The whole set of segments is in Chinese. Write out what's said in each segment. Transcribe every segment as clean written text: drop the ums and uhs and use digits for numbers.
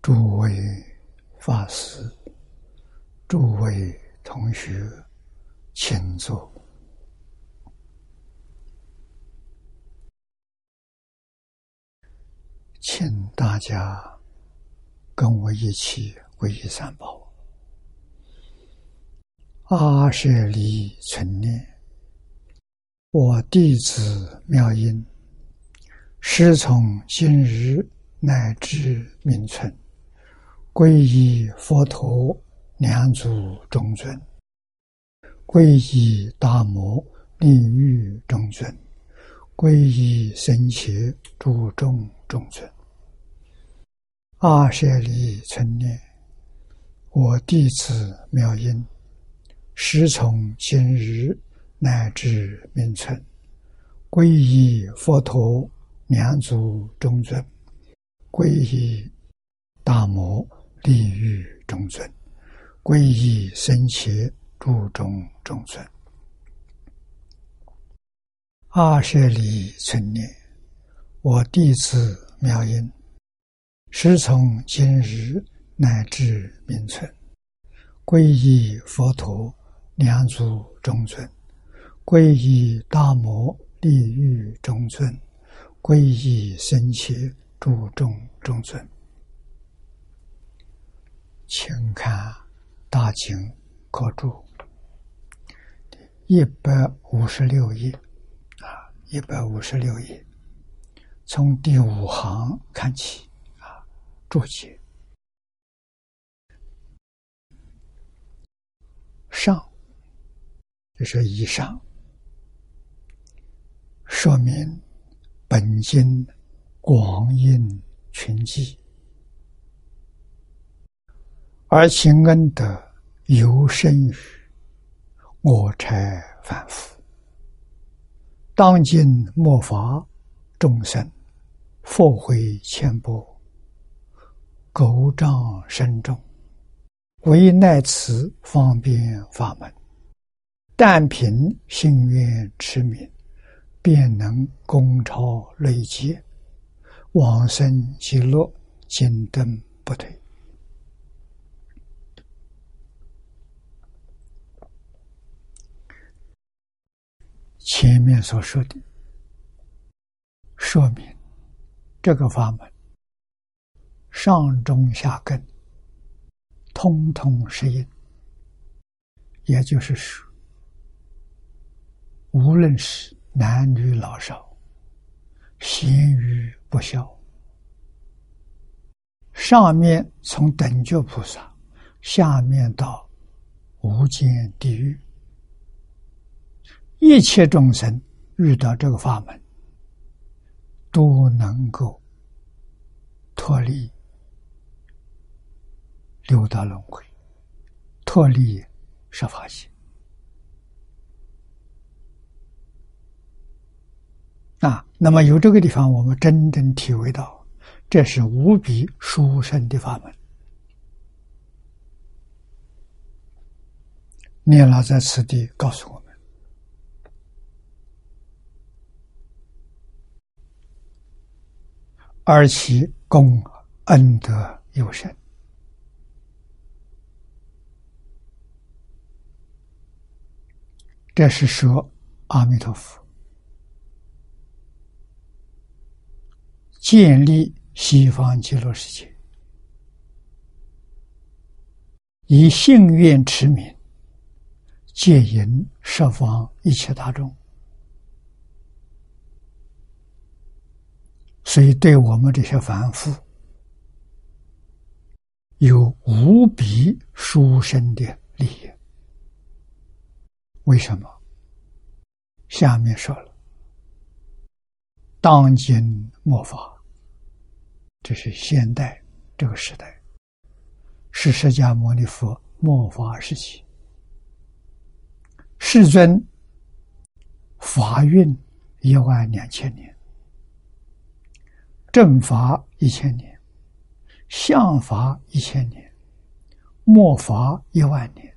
诸位法师、诸位同学，请坐。请大家跟我一起皈依三宝。阿舍离存念，我弟子妙音，师从今日乃至命存，皈依佛陀两祖中尊，皈依大摩利欲中尊，皈依僧伽诸众中尊。阿舍离存念，我弟子妙音，师从今日乃至命存，皈依佛陀两祖中尊，皈依大摩利欲中尊，皈依僧伽诸众中尊。阿舍离存念，我弟子妙音，师从今日乃至命存，皈依佛陀两祖中尊，皈依大摩利欲中尊，皈依僧伽诸众中尊。请看大经课注156页，156页，从第5行看起注解。上就是以上，说明本经广印群记，而其恩德尤甚于我柴凡夫。当今末法众生佛慧浅薄，垢障深重，唯乃此方便法门，但凭信愿持名，便能功超累劫，往生极乐，津登不退。前面所说的说明这个法门上中下根通通是因，也就是说，无论是男女老少，贤愚不肖，上面从等觉菩萨，下面到无间地狱，一切众生遇到这个法门，都能够脱离六道轮回，脱离十法界。那么由这个地方，我们真正体会到，这是无比殊胜的法门。念老在此地告诉我们，而其功恩德尤深。这是说阿弥陀佛建立西方极乐世界，以信愿持名，戒引十方一切大众，所以对我们这些凡夫有无比殊胜的利益。为什么？下面说了，当今末法，这是现代这个时代，是释迦牟尼佛末法时期，世尊法运12000年，正法1000年，相法1000年，末法10000年。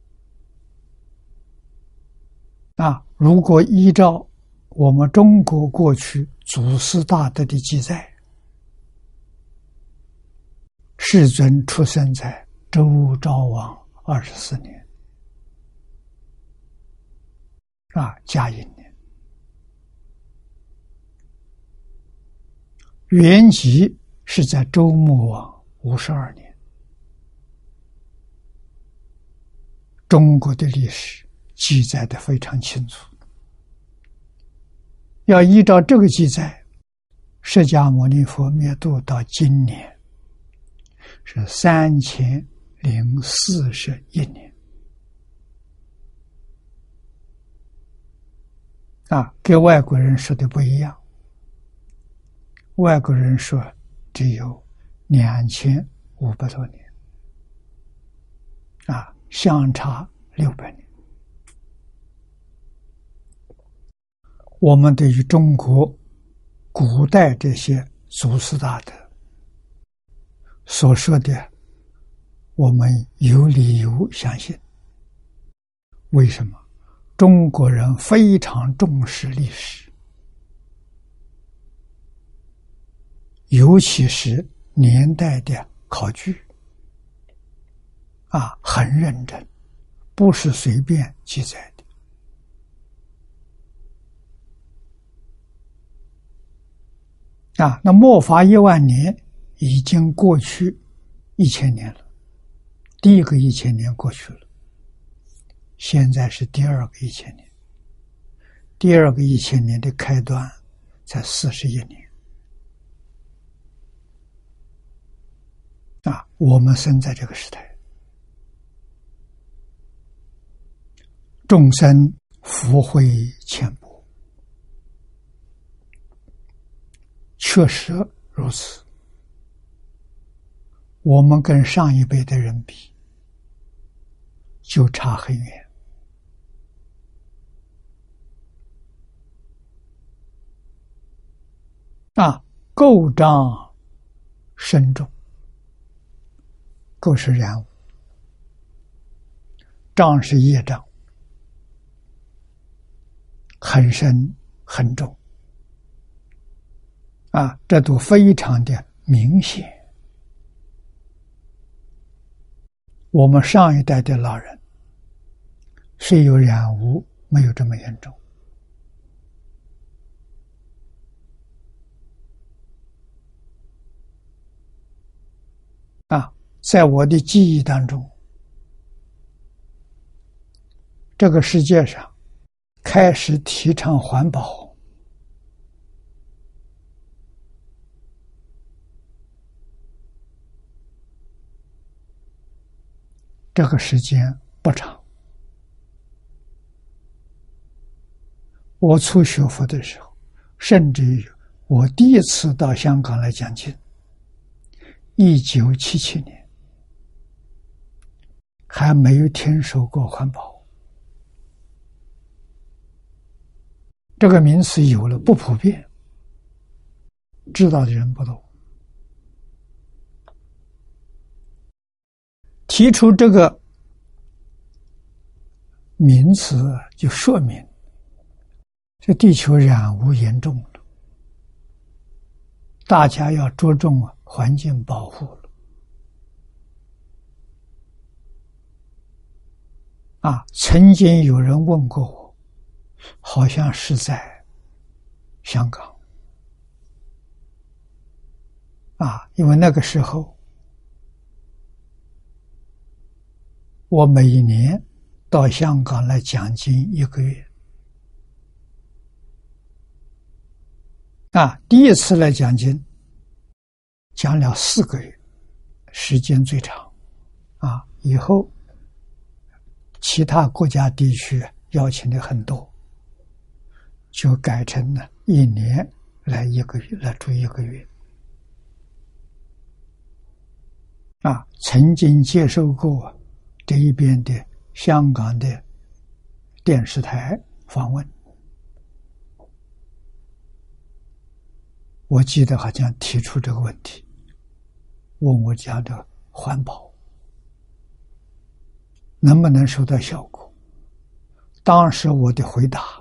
如果依照我们中国过去祖师大德的记载， 世尊出生在周昭王24年，甲寅年。圆寂是在周穆王52年。中国的历史记载的非常清楚，要依照这个记载，释迦牟尼佛灭度到今年是3041年。跟外国人说的不一样，外国人说只有2500多年，相差600年。我们对于中国古代这些祖师大德所说的，我们有理由相信。为什么？中国人非常重视历史，尤其是年代的考据，很认真，不是随便记载的。那末法10000年已经过去1000年了，第一个1000年过去了，现在是第二个1000年，第二个1000年的开端才41年。我们生在这个时代，众生福慧浅薄，确实如此。我们跟上一辈的人比，就差很远。垢障深重，垢是染污，障是业障，很深很重，这都非常的明显。我们上一代的老人虽有染污，没有这么严重。在我的记忆当中，这个世界上开始提倡环保，这个时间不长。我初学佛的时候，甚至于我第一次到香港来讲经，1977年，还没有听说过环保这个名词，有了不普遍，知道的人不多。提出这个名词，就说明这地球染污严重了，大家要着重环境保护了。曾经有人问过我，好像是在香港，因为那个时候我每一年到香港来讲经1个月。第一次来讲经，讲了4个月，时间最长。以后其他国家地区邀请的很多，就改成了1年来1个月，来住1个月。曾经接受过这一边的香港的电视台访问，我记得好像提出这个问题，问我家的环保能不能收到效果。当时我的回答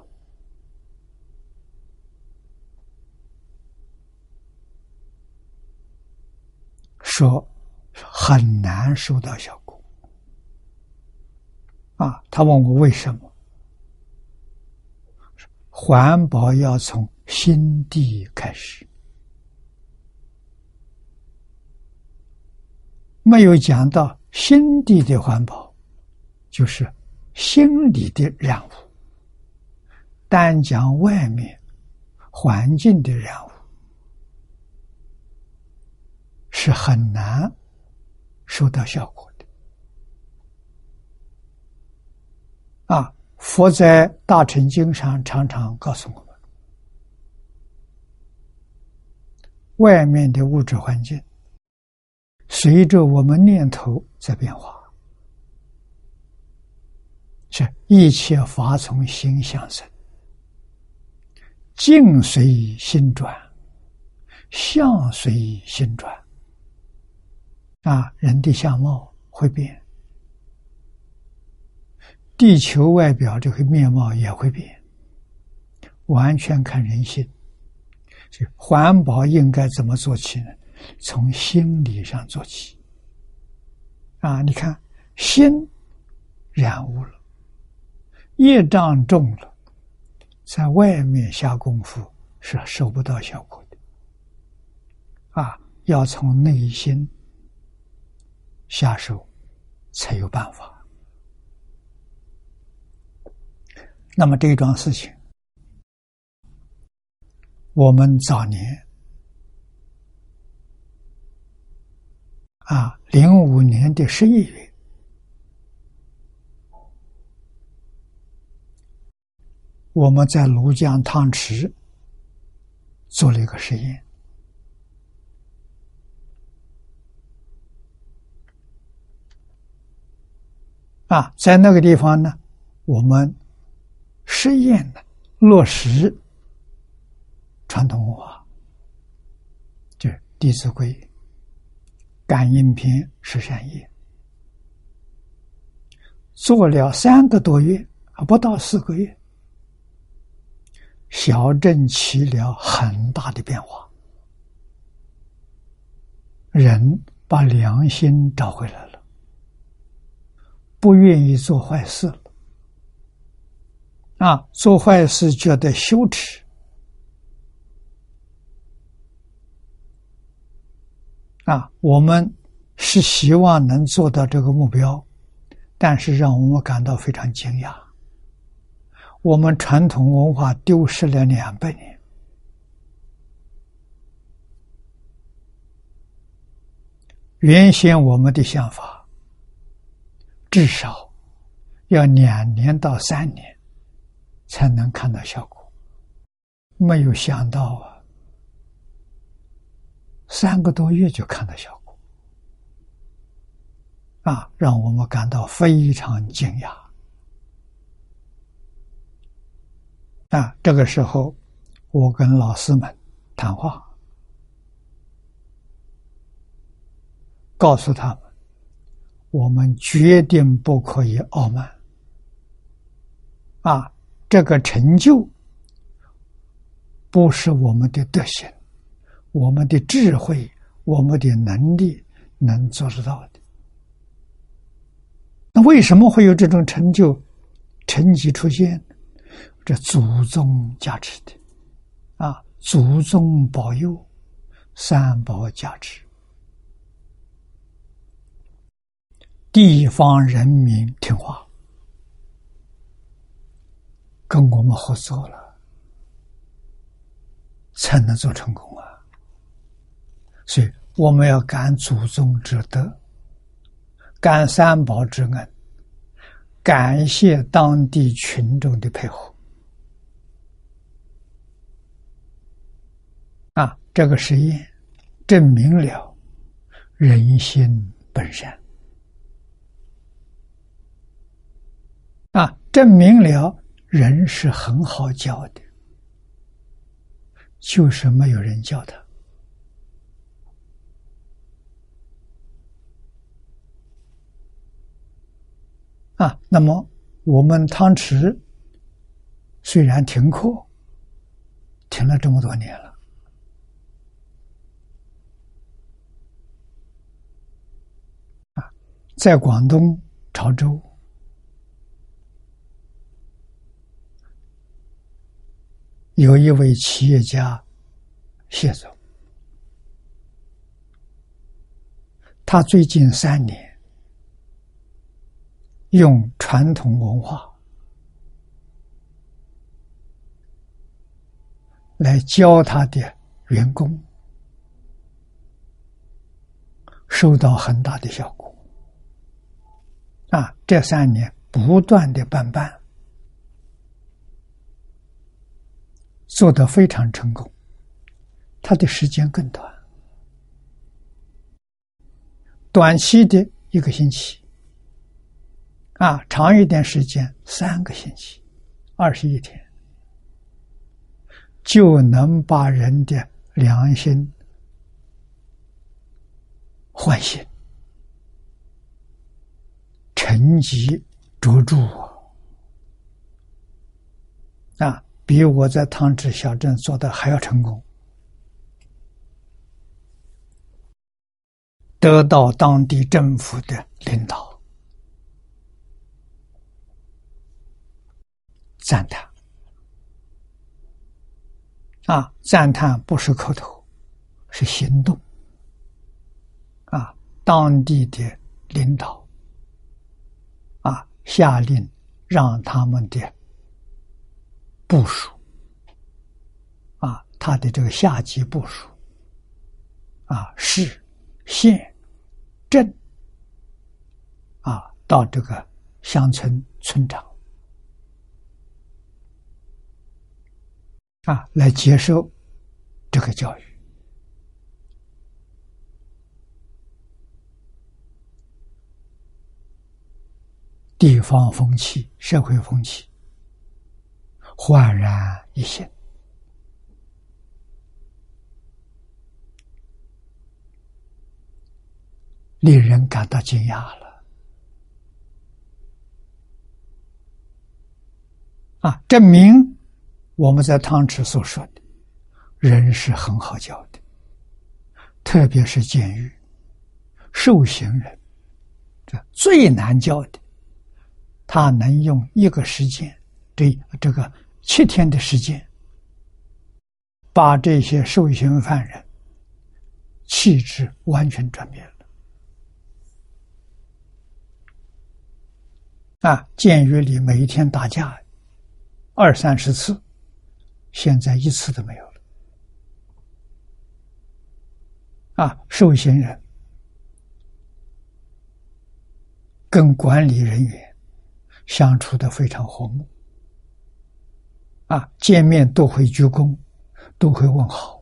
说很难收到效果。他问我为什么？环保要从心地开始，没有讲到心地的环保，就是心理的染污，单讲外面环境的染污，是很难收到效果的。佛在大乘经上常常告诉我们，外面的物质环境随着我们念头在变化，是一切法从心相生，境随心转，相随心转。人的相貌会变，地球外表这个面貌也会变，完全看人心。所以环保应该怎么做起呢？从心理上做起。你看心染污了，业障重了，在外面下功夫是收不到效果的。要从内心下手才有办法。那么这桩事情，我们早年05年的11月，我们在庐江汤池做了一个实验。在那个地方呢，我们实验呢落实传统文化，就是《弟子规》《感应篇》十善业，做了3个多月，不到4个月，小镇起了很大的变化，人把良心找回来了，不愿意做坏事了。做坏事觉得羞耻。我们是希望能做到这个目标，但是让我们感到非常惊讶。我们传统文化丢失了200年。原先我们的想法，至少要2年到3年才能看到效果，没有想到3个多月就看到效果，让我们感到非常惊讶。这个时候我跟老师们谈话，告诉他们，我们决定不可以傲慢。这个成就不是我们的德行、我们的智慧、我们的能力能做得到的。那为什么会有这种成就、成绩出现？这祖宗加持的，祖宗保佑，三宝加持，地方人民听话，跟我们合作了，才能做成功啊！所以我们要感祖宗之德，感三宝之恩，感谢当地群众的配合。这个实验证明了人心本善，证明了人是很好教的，就是没有人教他。那么我们汤池虽然停课，停了这么多年了， 在广东潮州，有一位企业家谢总，他最近3年用传统文化来教他的员工，收到很大的效果。这3年不断的办班，做得非常成功。他的时间更短，短期的1个星期，长一点时间3个星期，21天，就能把人的良心唤醒，沉积着住比我在汤池小镇做的还要成功，得到当地政府的领导赞叹。赞叹不是口头，是行动。当地的领导下令让他们的部属他的这个下级部属市、县、镇到这个乡村村长来接受这个教育。地方风气、社会风气焕然一新，令人感到惊讶了。证明我们在汤池所说的人是很好教的，特别是监狱受刑人，这最难教的，他能用1个时间，这个7天的时间，把这些受刑犯人气质完全转变了。监狱里每一天打架20-30次，现在1次都没有了。受刑人跟管理人员相处得非常和睦，见面都会鞠躬，都会问好。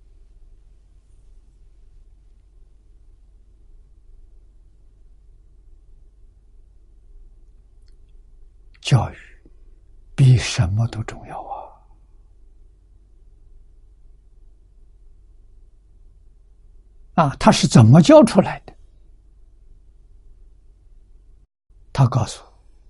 教育比什么都重要他是怎么教出来的？他告诉我，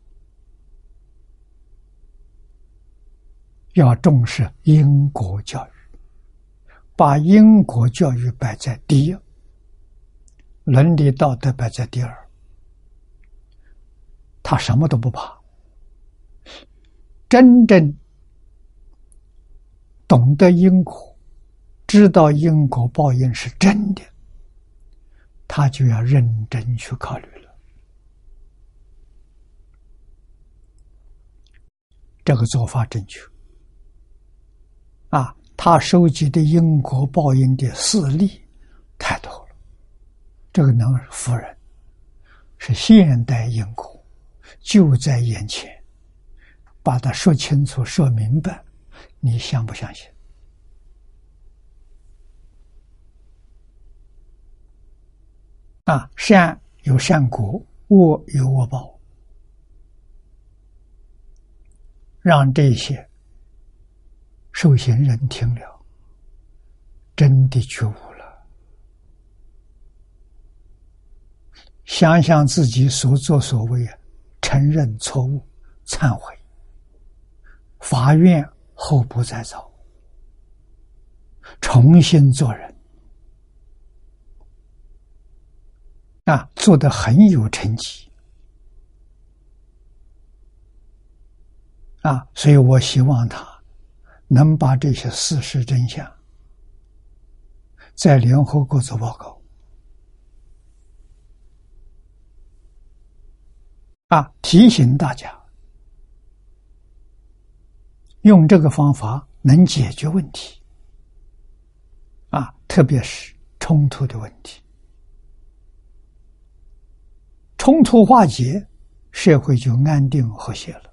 要重视因果教育，把因果教育摆在第一，伦理道德摆在第二。他什么都不怕，真正懂得因果，知道因果报应是真的，他就要认真去考虑了。这个做法正确。他收集的因果报应的事例太多了，这个能服人，是现代因果，就在眼前，把它说清楚说明白，你相不相信？善有善果，恶有恶报，让这些受刑人听了，真的觉悟了，想想自己所作所为，承认错误，忏悔，发愿后不再造，重新做人。 做得很有成绩所以我希望他能把这些事实真相在联合国做报告提醒大家用这个方法能解决问题特别是冲突的问题。冲突化解，社会就安定和谐了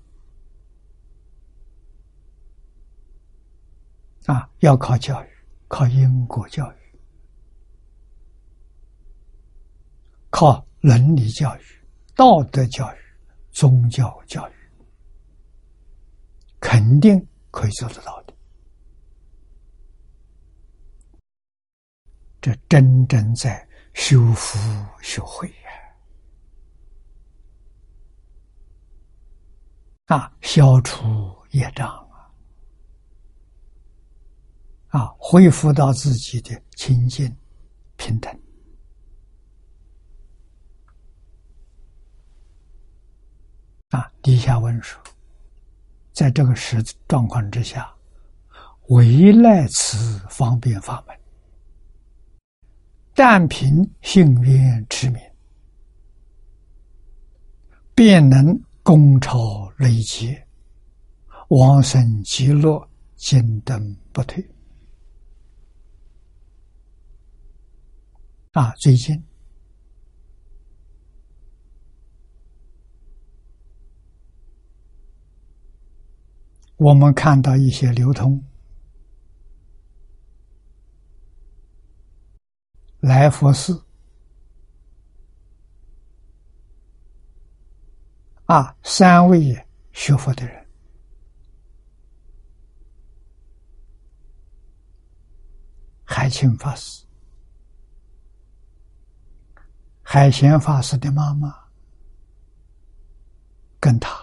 要靠教育，靠因果教育，靠伦理教育、道德教育、宗教教育，肯定可以做得到的。这真正在修福修慧消除业障恢复到自己的清净平等底下文说，在这个状况之下，唯赖此方便法门，但凭信愿持名，便能攻超累劫，往生极乐，坚登不退最近我们看到一些流通来佛寺3位学佛的人，海清法师、海贤法师的妈妈跟他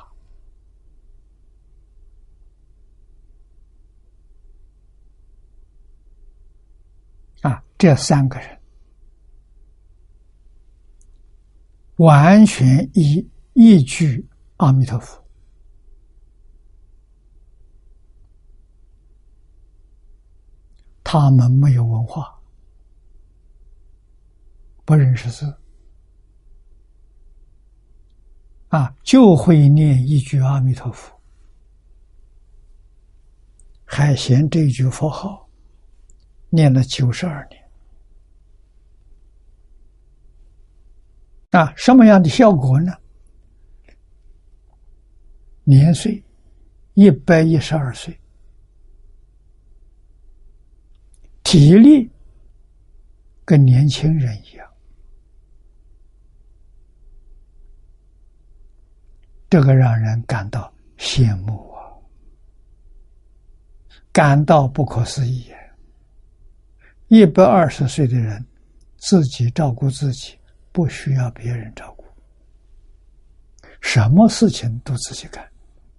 这3个人完全依据阿弥陀佛，他们没有文化，不认识字就会念一句阿弥陀佛。海贤这一句佛号念了92年什么样的效果呢？年岁112岁，体力跟年轻人一样，这个让人感到羡慕感到不可思议120岁的人自己照顾自己，不需要别人照顾，什么事情都自己干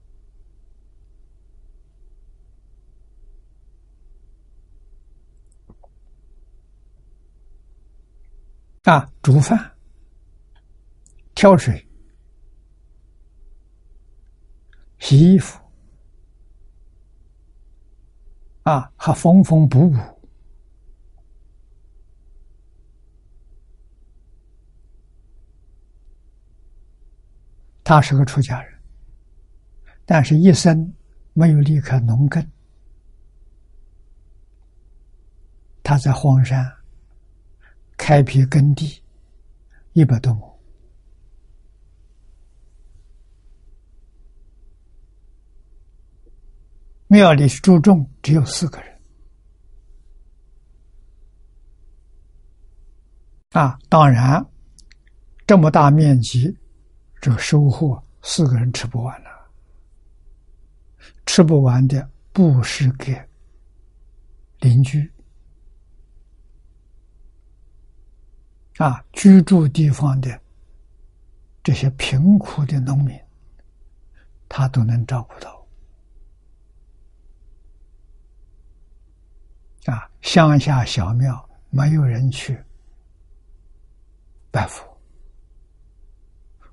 煮饭、挑水、洗衣服还缝缝补补他是个出家人，但是一生没有离开农耕，他在荒山开辟耕地100多亩，庙里注重只有4个人当然这么大面积这个收获4个人吃不完了，吃不完的布施给邻居居住地方的这些贫苦的农民，他都能照顾到乡下小庙没有人去拜佛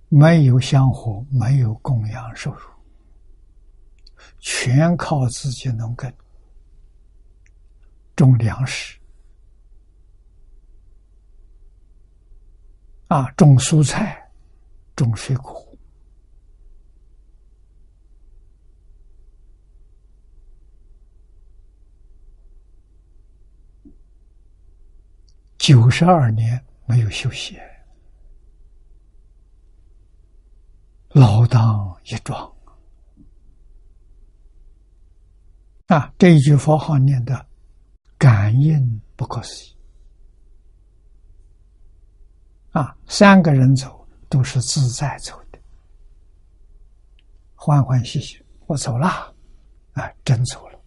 没有香火，没有供养收入，全靠自己农耕，种粮食，种蔬菜，种水果。92年没有休息，老当益壮。这一句佛号念的感应不可思议。3个人走都是自在走的，欢欢喜喜，我走了，真走了。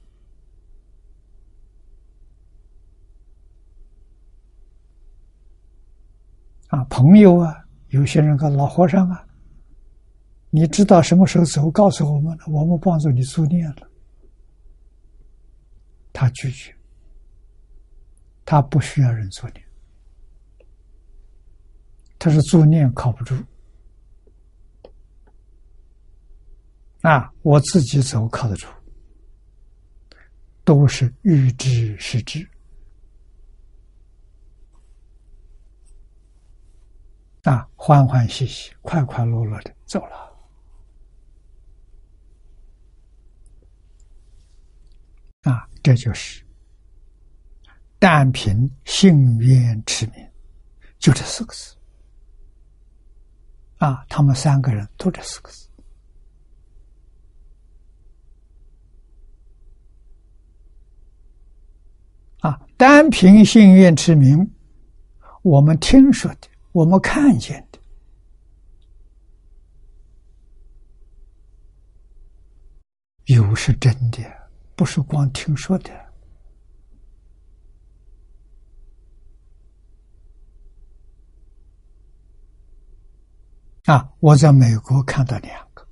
朋友有些人说老和尚你知道什么时候走，告诉我们，我们帮助你助念了。他拒绝，他不需要人助念，他是助念靠不住。我自己走靠得住，都是欲知是知。欢欢喜喜，快快乐乐的走了。这就是但凭信愿持名，就这4个字。他们3个人都这4个字。单凭信愿持名，我们听说的，我们看见的，有是真的，不是光听说的。我在美国看到2个，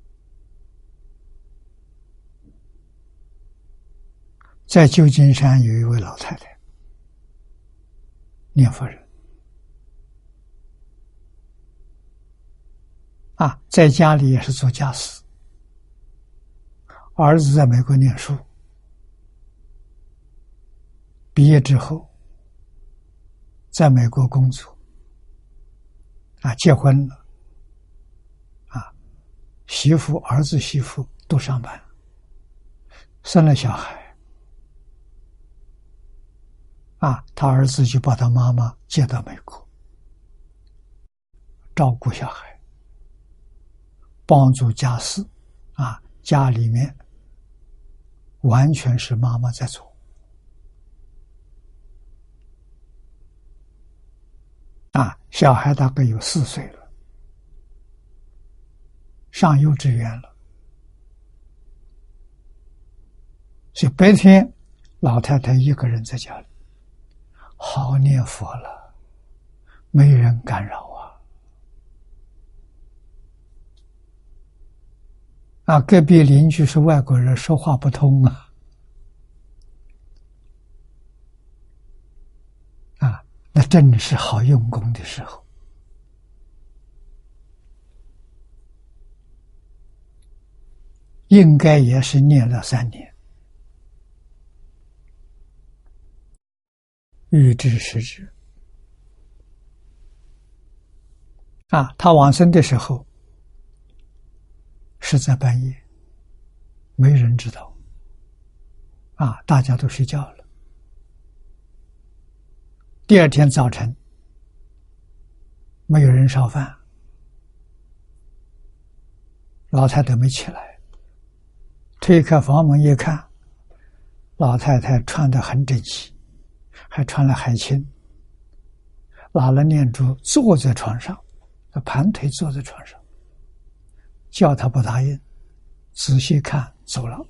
在旧金山有一位老太太，念佛人，在家里也是做家事，儿子在美国念书，毕业之后在美国工作，结婚了，媳妇、儿子、媳妇都上班，生了小孩，他儿子就把他妈妈接到美国，照顾小孩，帮助家事，家里面完全是妈妈在做。小孩大概有4岁了，上幼稚园了，所以白天老太太一个人在家里，好念佛了，没人干扰隔壁邻居是外国人，说话不通那正是好用功的时候。应该也是念了3年，欲知是知。他往生的时候是在半夜，没人知道，大家都睡觉了。第2天早晨，没有人烧饭，老太太没起来，推开房门一看，老太太穿得很整齐，还穿了海青，拿了念珠坐在床上，盘腿坐在床上，叫他不答应，仔细看走了，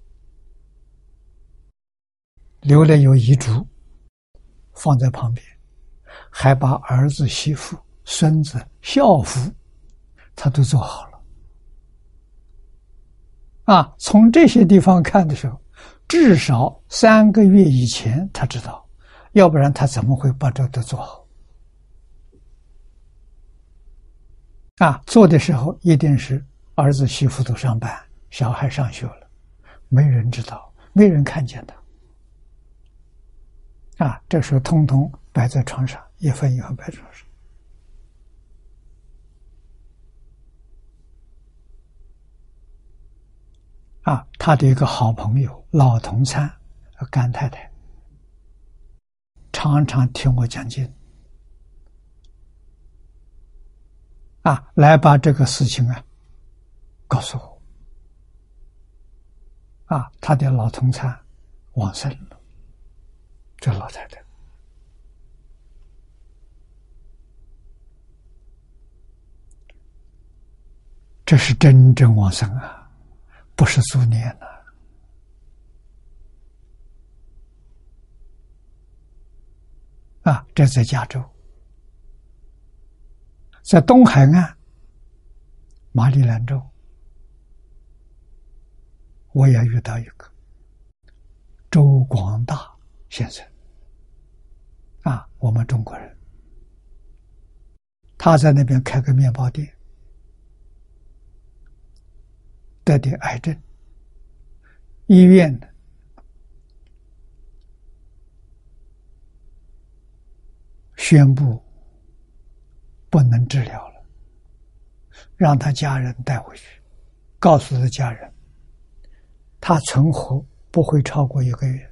留了有遗嘱放在旁边，还把儿子、媳妇、孙子、孝服他都做好了。从这些地方看的时候，至少3个月以前他知道，要不然他怎么会把这都做好？ 做的时候一定是儿子媳妇都上班，小孩上学了，没人知道，没人看见他。这时候通通摆在床上，一分一分摆在床上。他的一个好朋友老同参甘太太，常常听我讲经，来把这个事情告诉我。他的老同参往生了，这老太太。这是真正往生不是助念这在加州，在东海岸马里兰州，我也遇到一个周广大先生我们中国人，他在那边开个面包店，得的癌症，医院宣布不能治疗了，让他家人带回去，告诉他家人他存活不会超过1个月。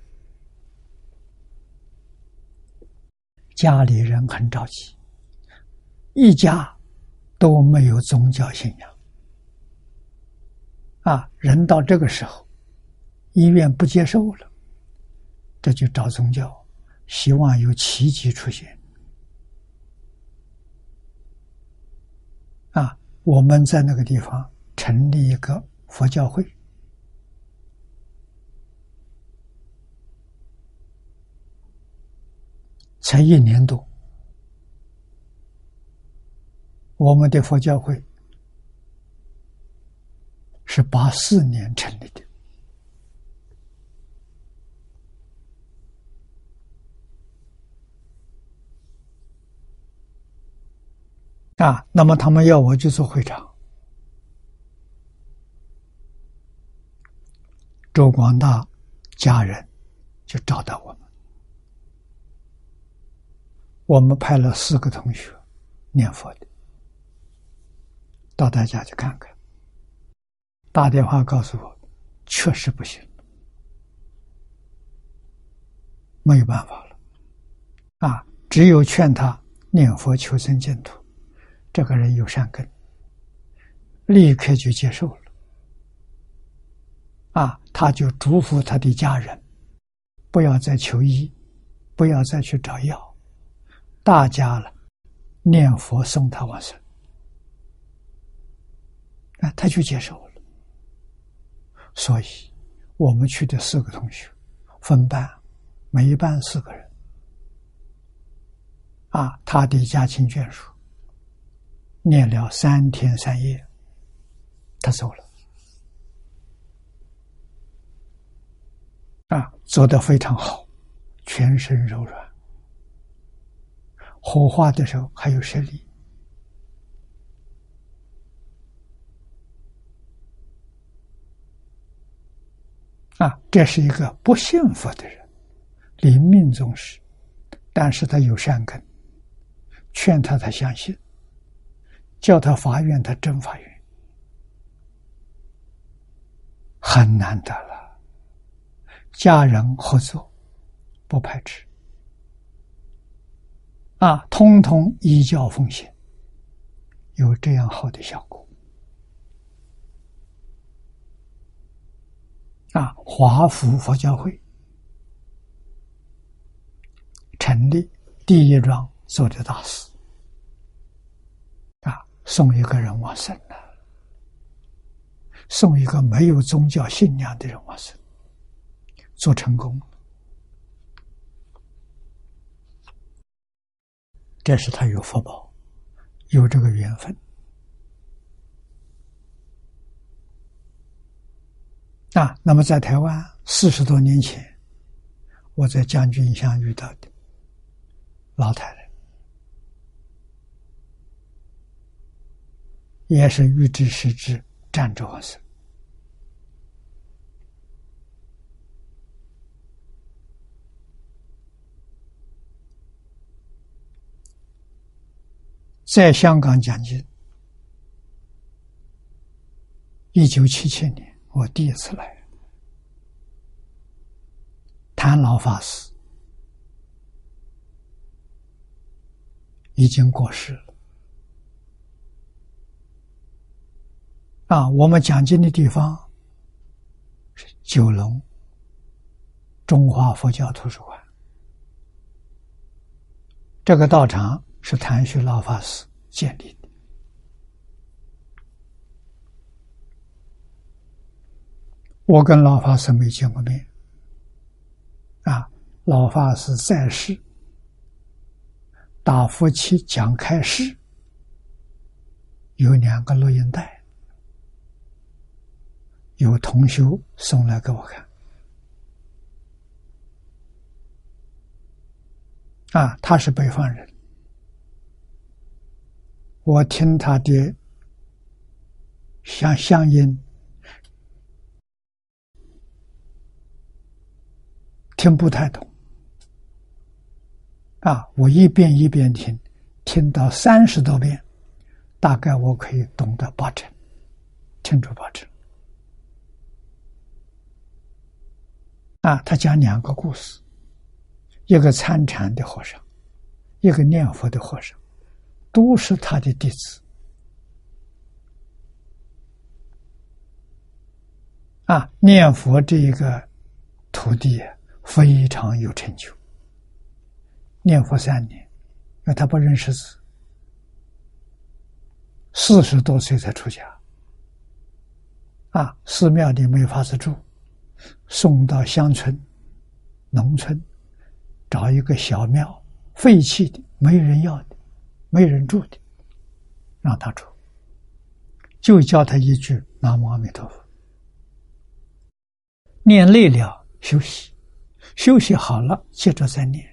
家里人很着急，一家都没有宗教信仰人到这个时候医院不接受了，这就找宗教，希望有奇迹出现我们在那个地方成立一个佛教会，才1年多。我们的佛教会是84年成立的那么他们要我去做会长，周广大家人就找到我们派了4个同学念佛的，到大家去看看，打电话告诉我确实不行，没有办法了只有劝他念佛求生净土。这个人有善根，立刻就接受了他就嘱咐他的家人不要再求医，不要再去找药，大家念佛送他往生他就接受了。所以我们去的4个同学分班，每一班4个人他的家亲眷属念了3天3夜，他走了走得非常好，全身柔软，火化的时候还有舍利这是一个不信佛的人，临命终时，但是他有善根，劝他相信，叫他发愿，他真发愿，很难得了。家人合作，不排斥通通依教奉行，有这样好的效果华府佛教会成立第一桩做的大事送一个人往生了，送一个没有宗教信仰的人往生，做成功了。这是他有福报，有这个缘分那么在台湾40多年前，我在将军乡遇到的老太太， 也是欲知时之，战之往生。在香港讲经，1977年我第一次来，谭老法师已经过世了。我们讲经的地方是九龙中华佛教图书馆，这个道场是谭旭老法师建立的。我跟老法师没见过面，老法师在世打佛七讲开示，有2个录音带，有同修送来给我看。他是北方人，我听他的乡音听不太懂，我一遍一遍听，听到30多遍，大概我可以懂得80%，听出80%。他讲2个故事，一个参禅的和尚，一个念佛的和尚，都是他的弟子。念佛这一个徒弟非常有成就，念佛3年，因为他不认识字，40多岁才出家。寺庙里没法子住，送到乡村农村找一个小庙，废弃的，没人要的，没人住的，让他住，就教他一句南无阿弥陀佛，念累了休息，休息好了接着再念，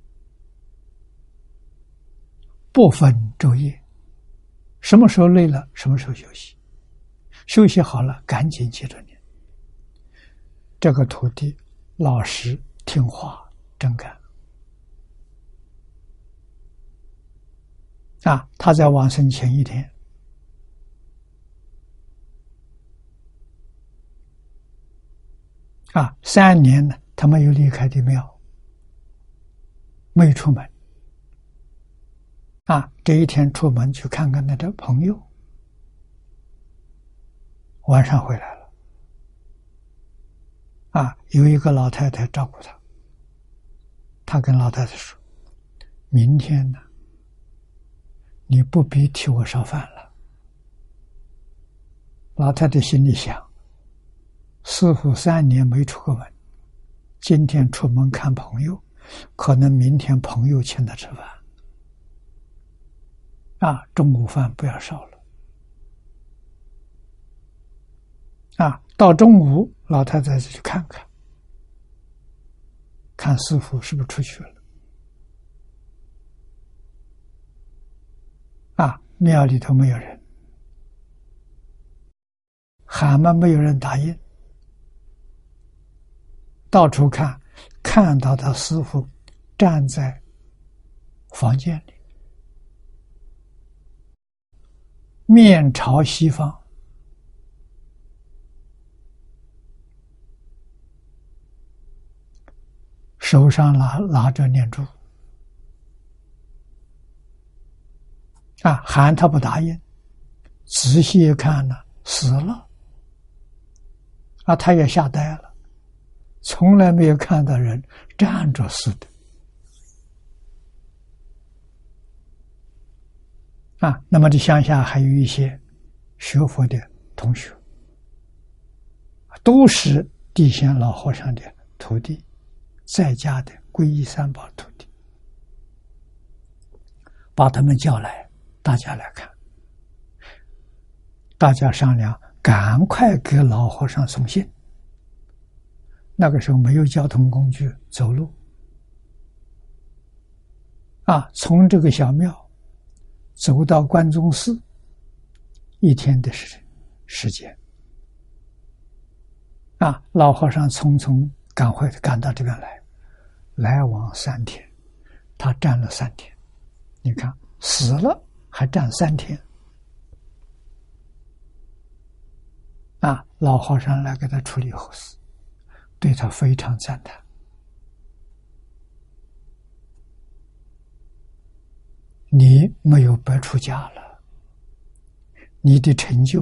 不分昼夜，什么时候累了什么时候休息，休息好了赶紧接着念。这个徒弟老实听话真干。他在往生前一天3年呢，他没有离开的庙，没有出门。这一天出门去看看他的朋友，晚上回来了。有一个老太太照顾他，他跟老太太说：“明天呢，你不必替我烧饭了。”老太太心里想，师父3年没出过门，今天出门看朋友，可能明天朋友请他吃饭，中午饭不要烧了。到中午老太太去看看，看师父是不是出去了。庙里头没有人，喊嘛没有人答应，到处看，看到他师父站在房间里，面朝西方，手上拿着念珠，喊他不答应，仔细一看呢，死了。他也吓呆了，从来没有看到人站着死的。那么这乡下还有一些学佛的同学，都是地仙老和尚的徒弟，在家的皈依三宝徒弟，把他们叫来，大家来看，大家商量，赶快给老和尚送信。那个时候没有交通工具，走路。从这个小庙走到关中寺， 一天的时间。老和尚匆匆赶到这边来往3天，他站了3天。你看，死了还站3天。老和尚来给他处理后事，对他非常赞叹。你没有白出家了，你的成就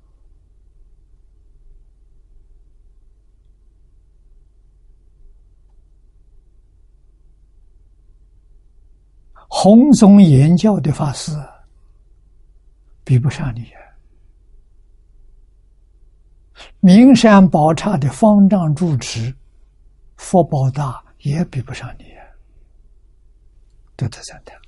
弘宗言教的法师比不上你，名山宝刹的方丈住持福报大也比不上你，对他赞叹。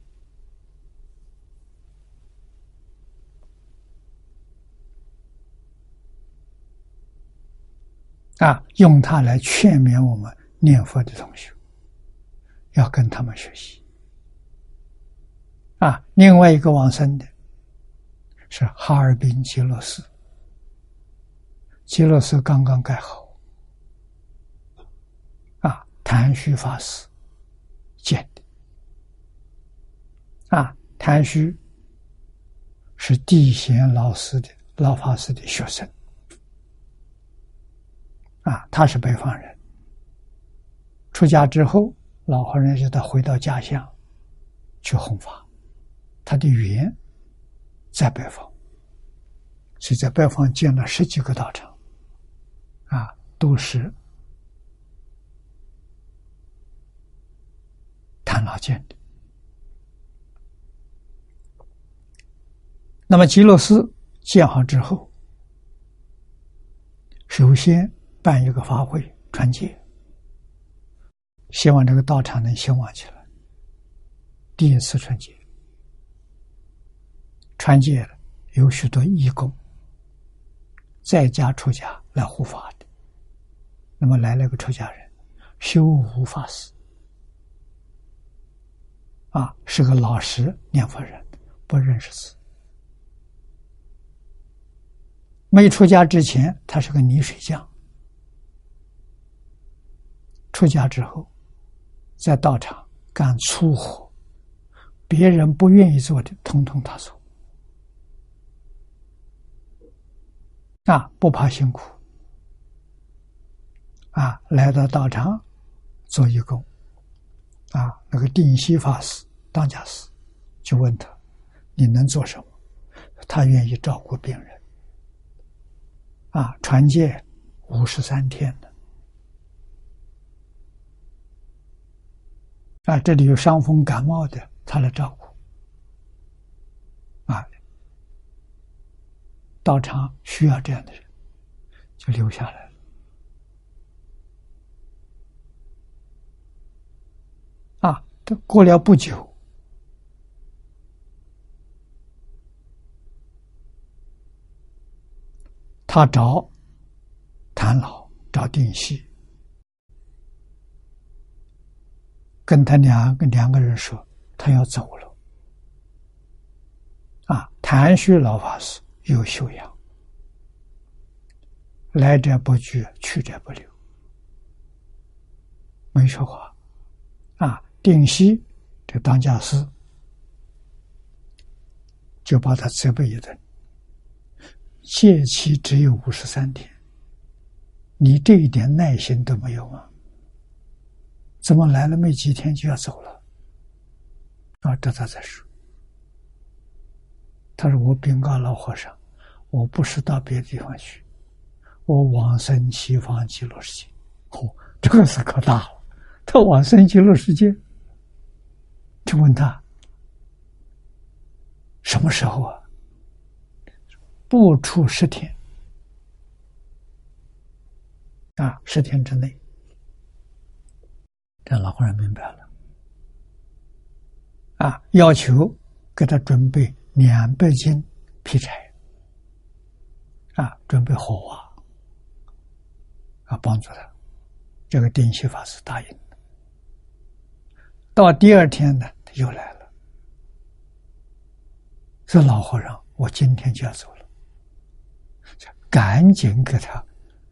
用它来劝勉我们念佛的同学，要跟他们学习。另外一个往生的是哈尔滨极乐寺，极乐寺刚刚盖好，谭虚法师建的。谭虚是地贤老法师的学生。他是北方人，出家之后，老和尚就他回到家乡去弘法，他的缘在北方，所以在北方建了10几个道场，都是谭老建的。那么极乐寺建好之后，首先办一个法会传戒，希望这个道场能兴旺起来。第一次传戒，传戒了有许多义工，在家出家来护法的。那么来了个出家人，修无法师，是个老实念佛人，不认识字。没出家之前，他是个泥水匠。出家之后，在道场干粗活，别人不愿意做的，统统他做。不怕辛苦。来到道场做义工。那个定西法师当家师就问他：“你能做什么？”他愿意照顾病人。传戒53天的。这里有伤风感冒的，他来照顾。道场需要这样的人，就留下来了。过了不久，他找谭老，找定西，跟他两个人说，他要走了。谭虚老法师有修养，来者不拒，去者不留，没说话。定西这当家师就把他责备一顿，戒期只有53天，你这一点耐心都没有吗？怎么来了没几天就要走了？这他才说。他说：“我禀告老和尚，我不是到别的地方去，我往生西方极乐世界。”这个是可大了。他往生极乐世界，就问他什么时候啊？不出10天。10天之内。这老和尚明白了。要求给他准备200斤劈柴，准备火瓦，帮助他。这个定西法师答应了。到第2天呢，他又来了，说老和尚， 我今天就要走了，赶紧给他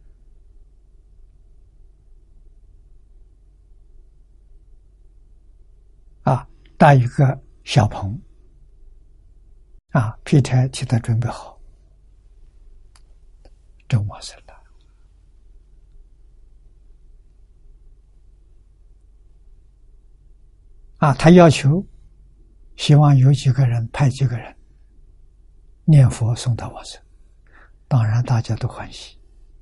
搭一个小棚，劈柴替他准备好，真往生了。他要求希望有几个人派几个人念佛送他往生，当然大家都欢喜。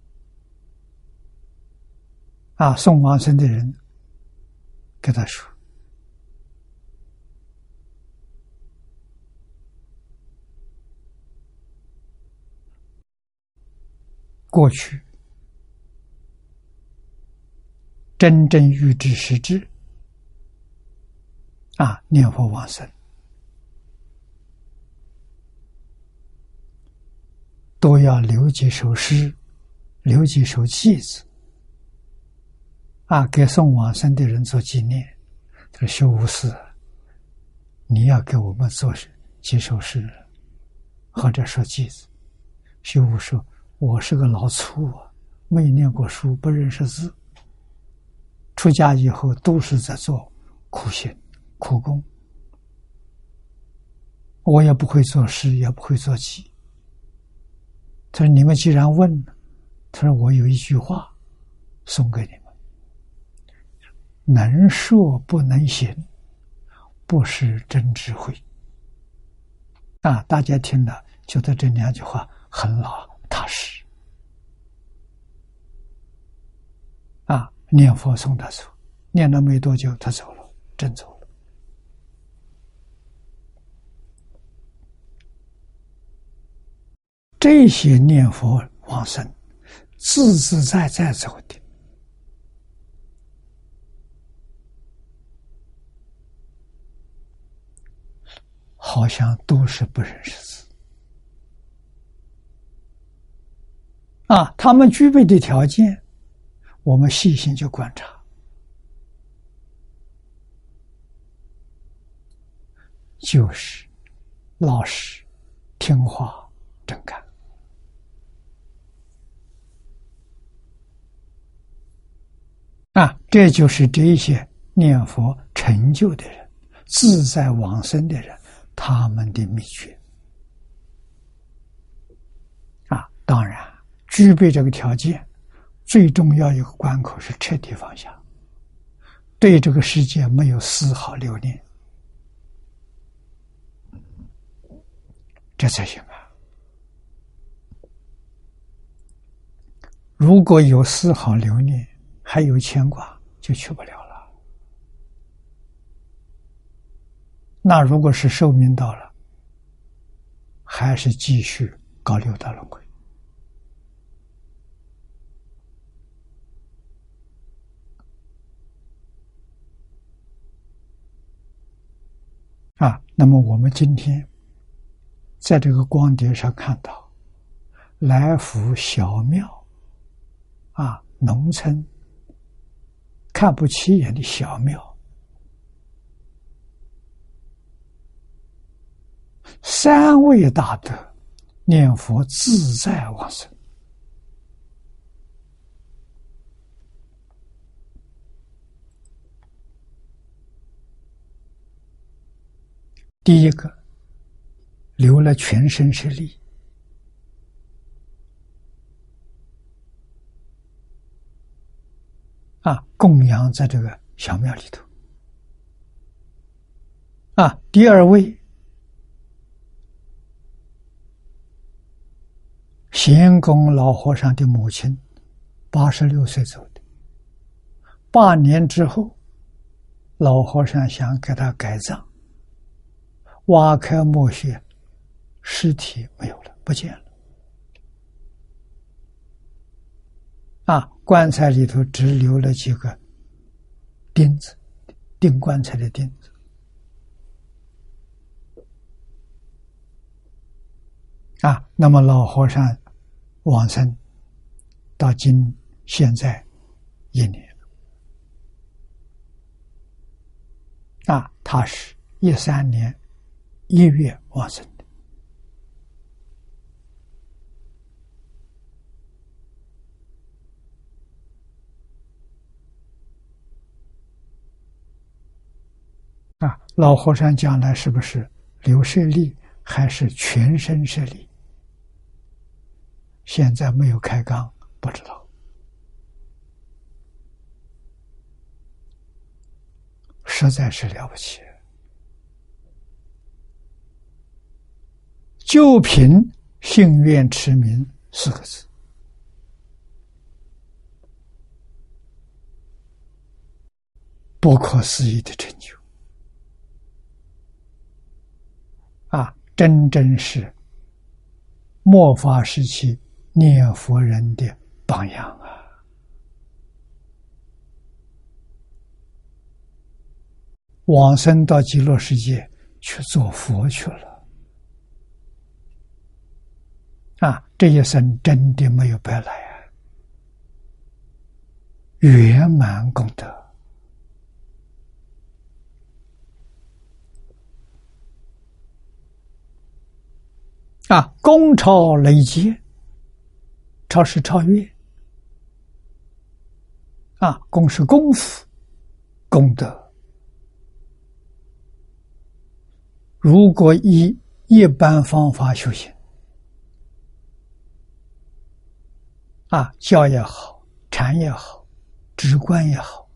送往生的人跟他说，过去真正预知实质念佛往生都要留几首诗，留几首偈子给送往生的人做纪念。这个修无师，你要给我们做几首诗，或者说偈子。修无说，我是个老粗没念过书，不认识字，出家以后都是在做苦行苦功，我也不会做诗，也不会做偈。他说你们既然问了，他说我有一句话送给你们，能说不能行，不是真智慧。大家听了觉得这两句话很老踏实。念佛送他走，念了没多久他走了，真走了。这些念佛往生自自在在走的，好像都是不认识字他们具备的条件，我们细心去观察，就是老实、听话、真干。这就是这些念佛成就的人、自在往生的人，他们的秘诀。当然，具备这个条件，最重要一个关口是彻底放下，对这个世界没有丝毫留恋，这才行如果有丝毫留恋，还有牵挂，就去不了了。那如果是寿命到了，还是继续搞六道轮回。那么我们今天在这个光碟上看到来福小庙农村看不起眼的小庙，3位大德念佛自在往生。第一个留了全身是力，供养在这个小庙里头。第二位贤公老和尚的母亲86岁走的，8年之后，老和尚想给他改葬，挖开墓穴，尸体没有了，不见了。棺材里头只留了几个钉子，钉棺材的钉子。那么老和尚往生到现在1年他是13年1月往生的。 老和尚将来是不是流舍利还是全身舍利？现在没有开纲，不知道。实在是了不起，就凭信愿持名4个字，不可思议的成就真正是末法时期念佛人的榜样往生到极乐世界去做佛去了这一生真的没有白来圆满功德功超累劫，超是超越功是功夫功德。如果以一般方法修行教也好，禅也好，止观也好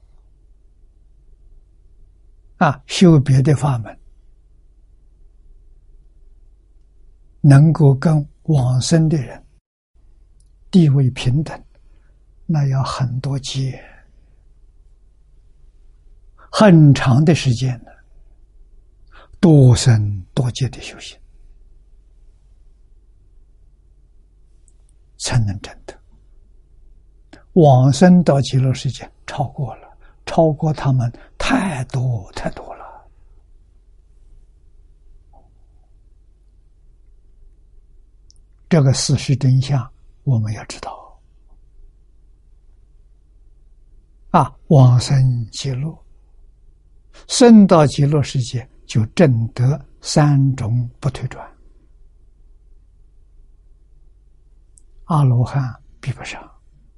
修别的法门，能够跟往生的人地位平等，那要很多劫，很长的时间呢，多生多劫的修行才能证得。往生到极乐世界超过了，超过他们太多太多了。这个事实真相我们要知道往生极乐，生到极乐世界就证得3种不退转，阿罗汉比不上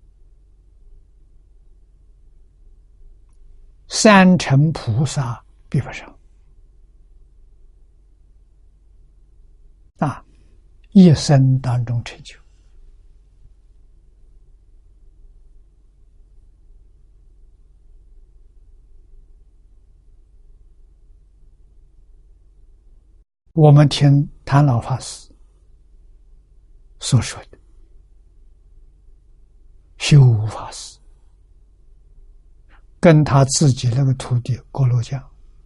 ，3乘菩萨比不上一生当中成就。我们听谭老法师所说的修法师跟他自己那个徒弟郭罗江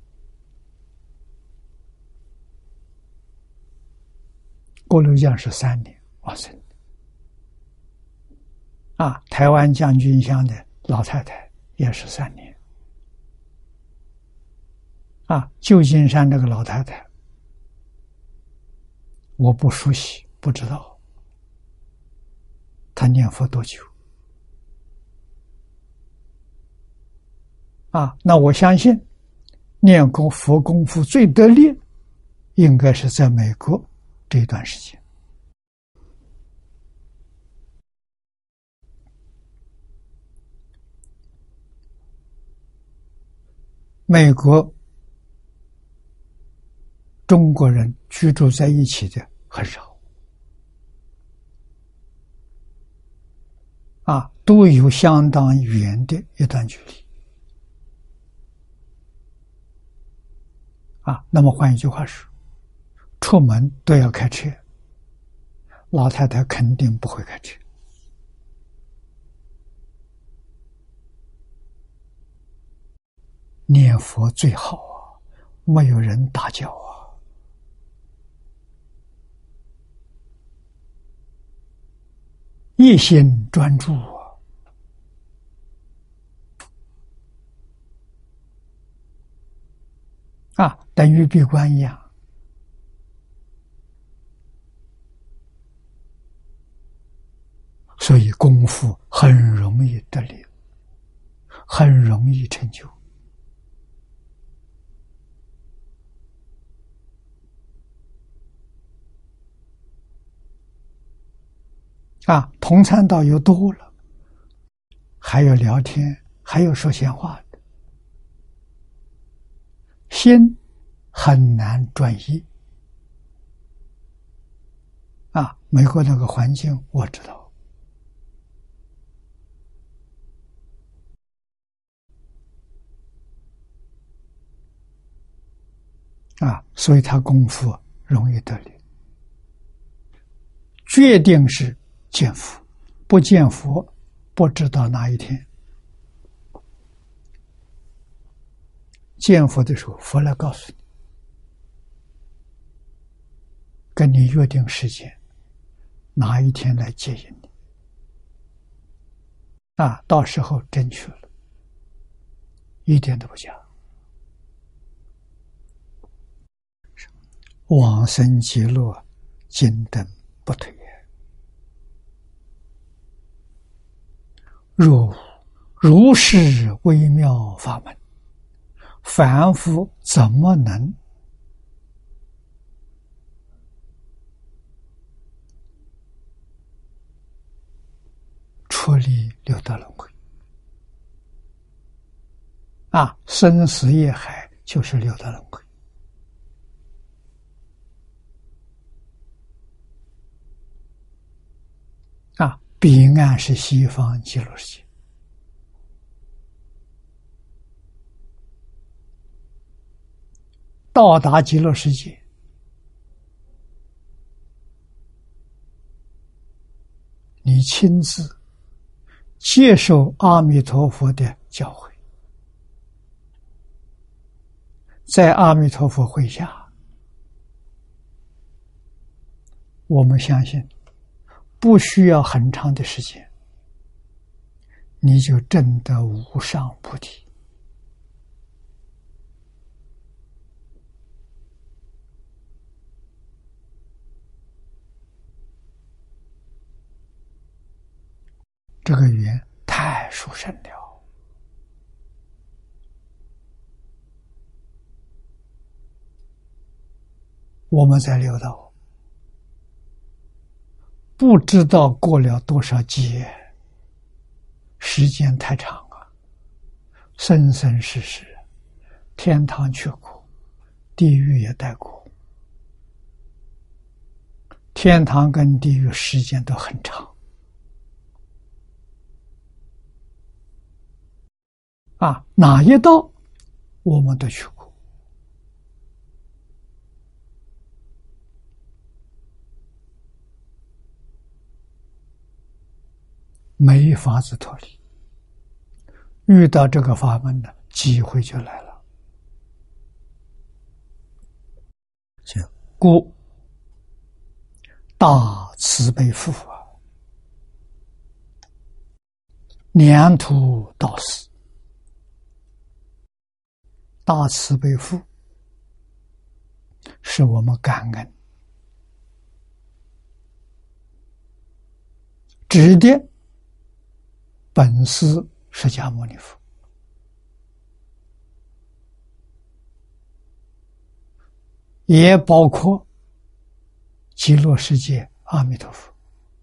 郭罗江是3年往生的台湾将军乡的老太太也是3年旧金山那个老太太我不熟悉，不知道他念佛多久那我相信念佛功夫最得力应该是在美国这段时间。美国中国人居住在一起的很少都有相当远的一段距离那么换一句话说，出门都要开车，老太太肯定不会开车念佛最好没有人打搅一心专注等于闭关一样。所以功夫很容易得力，很容易成就同参道又多了，还有聊天，还有说闲话的， 心很难转移。美国那个环境我知道。所以他功夫容易得力。决定是见佛，不见佛不知道哪一天。见佛的时候，佛来告诉你，跟你约定时间，哪一天来接引你。到时候真去了，一点都不假。往生极乐，今等不退也。若无如是微妙法门，凡夫怎么能出离六道轮回？生死业海就是六道轮回。彼岸是西方极乐世界。到达极乐世界，你亲自接受阿弥陀佛的教诲，在阿弥陀佛会下，我们相信不需要很长的时间，你就证得无上菩提。这个语言太殊胜了。我们在六道不知道过了多少劫，时间太长了，生生世世，天堂去过，地狱也待过。天堂跟地狱时间都很长。哪一道我们都去过。没法子脱离，遇到这个法门的机会就来了。故大慈悲父良土道师，大慈悲父是我们感恩指的本师释迦牟尼佛，也包括极乐世界阿弥陀佛，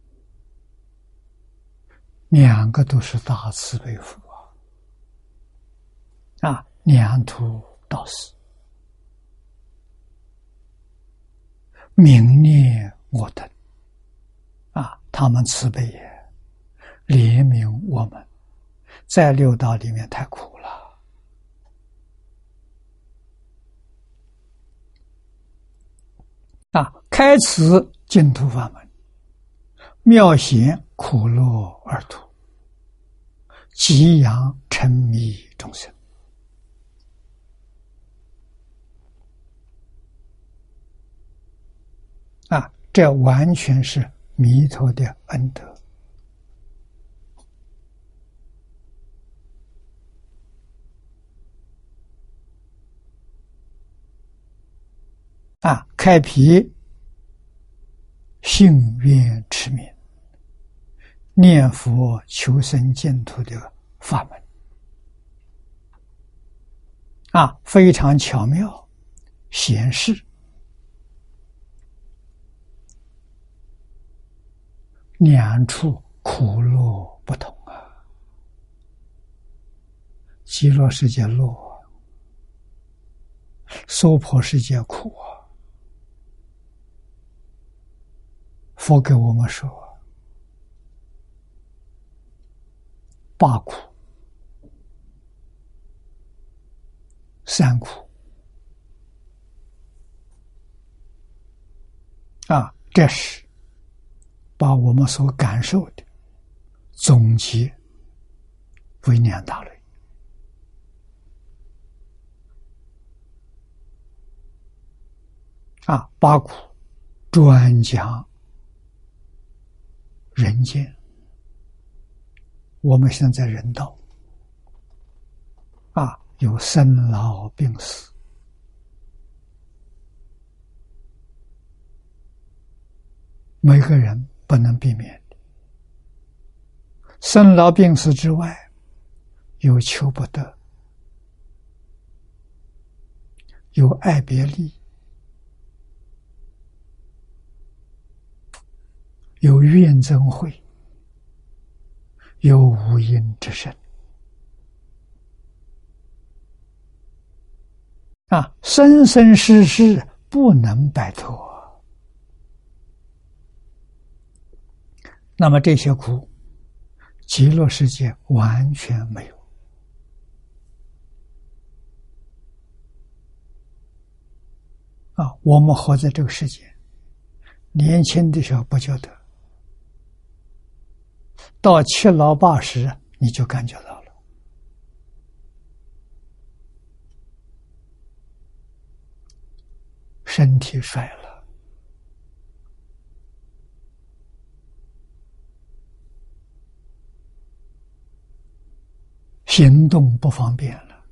两个都是大慈悲父良土道师，悯念我等他们慈悲也怜悯我们，在六道里面太苦了。开此净土法门，妙显苦乐二途，极扬沉迷众生。这完全是弥陀的恩德。开辟信愿持名念佛求生净土的法门非常巧妙显示两处苦乐不同极乐世界乐， 娑婆世界苦啊！佛给我们说，八苦、三苦啊，这是把我们所感受的总结为两大类。啊，八苦专讲人间，我们现在人道啊，有生老病死，每个人不能避免的。生老病死之外，有求不得，有爱别离，有怨憎会，有无因之身啊，生生世世不能摆脱。那么这些苦，极乐世界完全没有啊！我们活在这个世界，年轻的时候不觉得，到七老八十你就感觉到了。身体衰了，行动不方便了，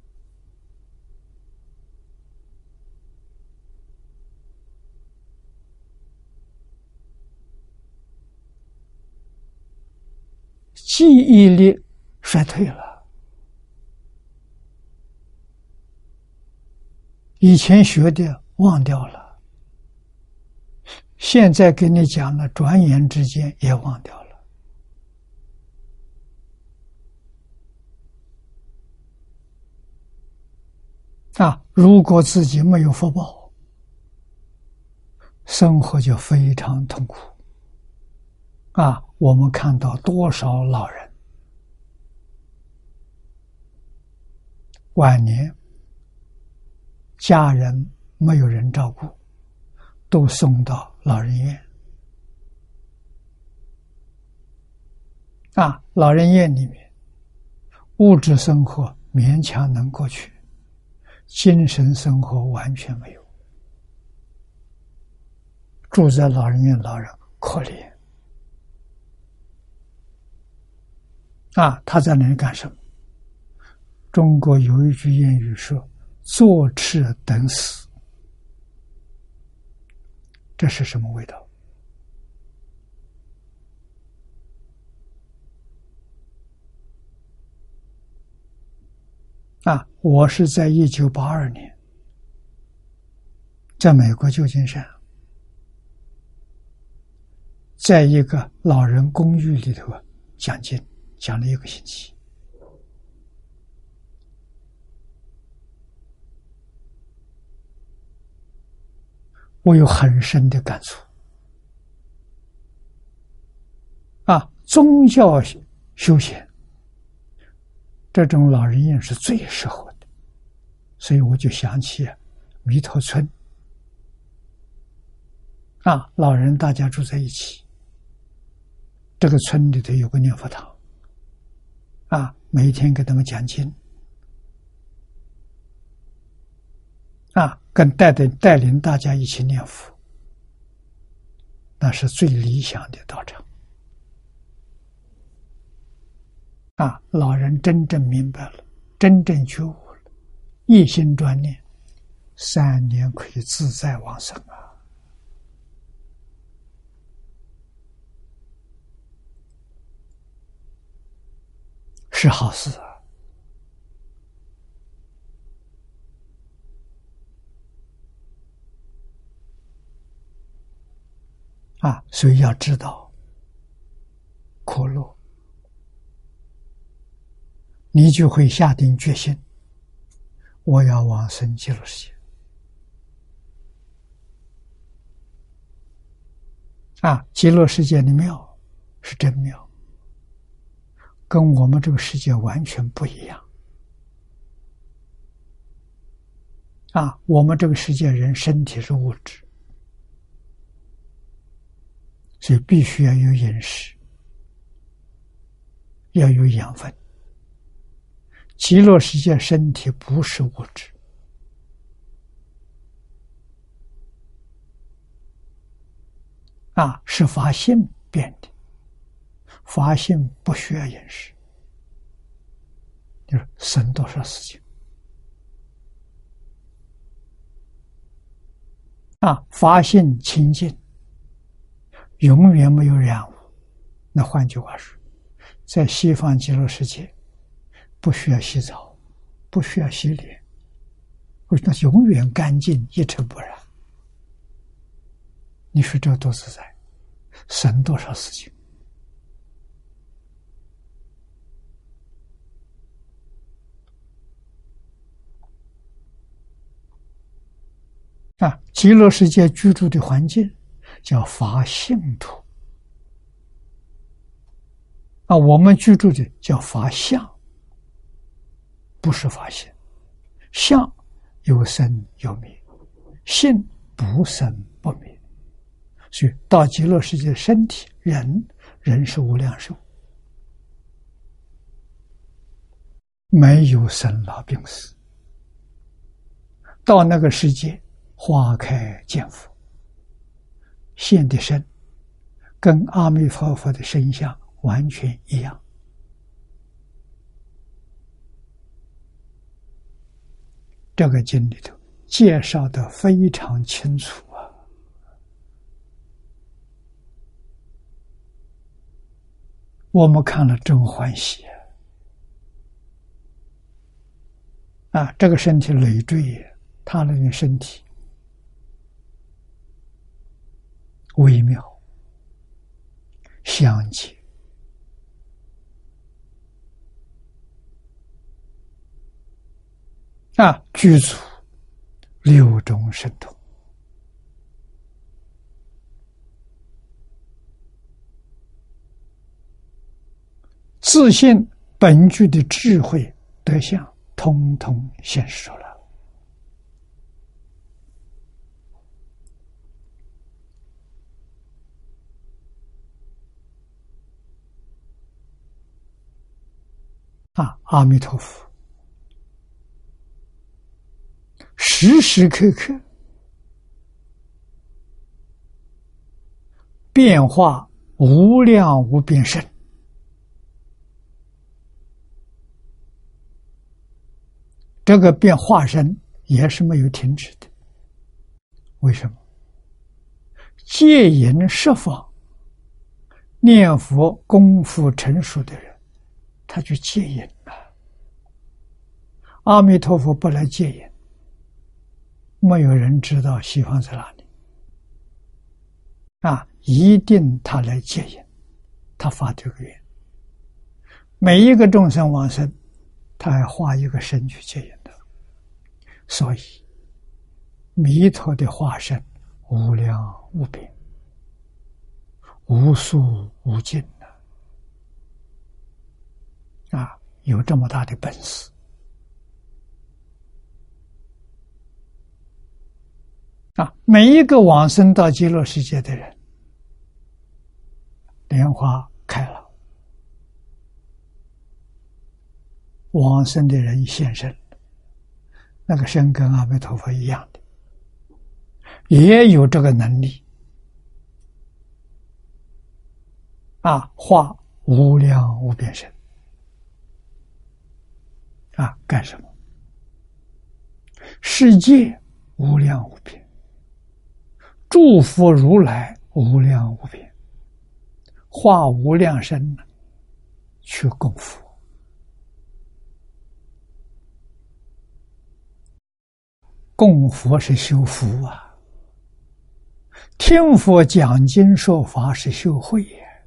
记忆力衰退了，以前学的忘掉了，现在给你讲了，转眼之间也忘掉了。啊，如果自己没有福报，生活就非常痛苦。啊，我们看到多少老人晚年家人没有人照顾，都送到老人院。啊，老人院里面物质生活勉强能过去，精神生活完全没有。住在老人院老人可怜啊，他在那里干什么？中国有一句谚语说：“坐吃等死。”这是什么味道？啊，我是在1982年在美国旧金山，在一个老人公寓里头讲经，讲了1个星期。我有很深的感触啊！宗教修行这种老人院是最适合的，所以我就想起弥陀村啊，老人大家住在一起，这个村里头有个念佛堂啊，每天给他们讲经啊，带领大家一起念佛，那是最理想的道场啊！老人真正明白了，真正觉悟了，一心专念，3年可以自在往生啊！是好事啊！啊，所以要知道苦乐，你就会下定决心，我要往生极乐世界。 极乐世界的庙是真庙，跟我们这个世界完全不一样。我们这个世界人身体是物质，所以必须要有饮食，要有养分。极乐世界身体不是物质，是法性变的，法性不需要饮食，就是省多少事情。法性清净，永远没有染污。那换句话说，在西方极乐世界，不需要洗澡，不需要洗脸，那永远干净，一尘不染。你说这多自在，省多少事情？极乐世界居住的环境叫法性土，我们居住的叫法相，不是法性。相有生有灭，性不生不灭。所以到极乐世界，身体人是无量寿，没有生老病死。到那个世界，花开见佛，现的身跟阿弥陀佛的身相完全一样。这个经里头介绍的非常清楚我们看了真欢喜这个身体累赘，他那个身体微妙相接，具足六种神通，自信本具的智慧德相，通通显示出来了。阿弥陀佛时时刻刻变化无量无边身，这个变化身也是没有停止的。为什么？戒淫设法念佛功夫成熟的人，他就戒淫了。阿弥陀佛不来戒淫，没有人知道西方在哪里一定他来戒淫，他发这个愿。每一个众生往生，他还化一个身去戒淫的。所以弥陀的化身无量无边，无数无尽有这么大的本事每一个往生到极乐世界的人，莲花开了，往生的人现身，那个身跟阿弥陀佛一样的，也有这个能力化无量无边身干什么？世界无量无边，祝福如来无量无边，化无量身去供佛。供佛是修福听佛讲经说法是修慧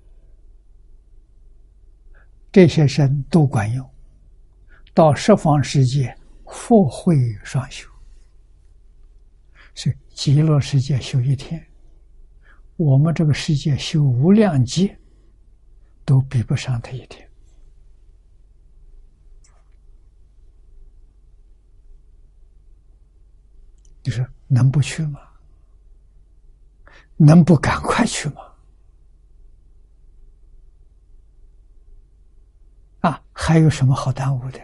这些身都管用，到十方世界佛慧双修。所以极乐世界修一天， 我们这个世界修无量劫，都比不上他一天。你说能不去吗？能不赶快去吗？啊，还有什么好耽误的？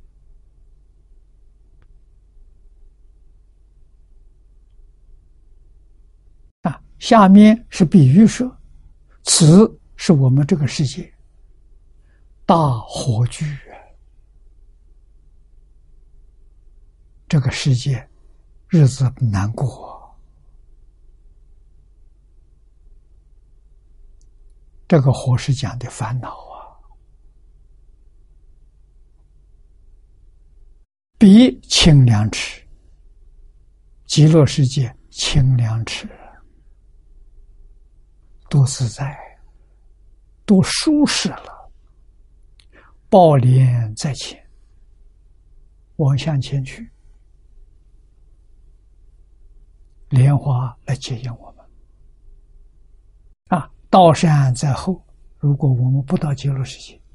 啊，下面是比喻说，此是我们这个世界大火炬，这个世界日子难过。这个火是讲的烦恼啊，比清凉池，极乐世界清凉池，多自在，多舒适了。宝莲在前，往向前去，莲花来接引我们。啊，道山在后，如果我们不到极乐世界，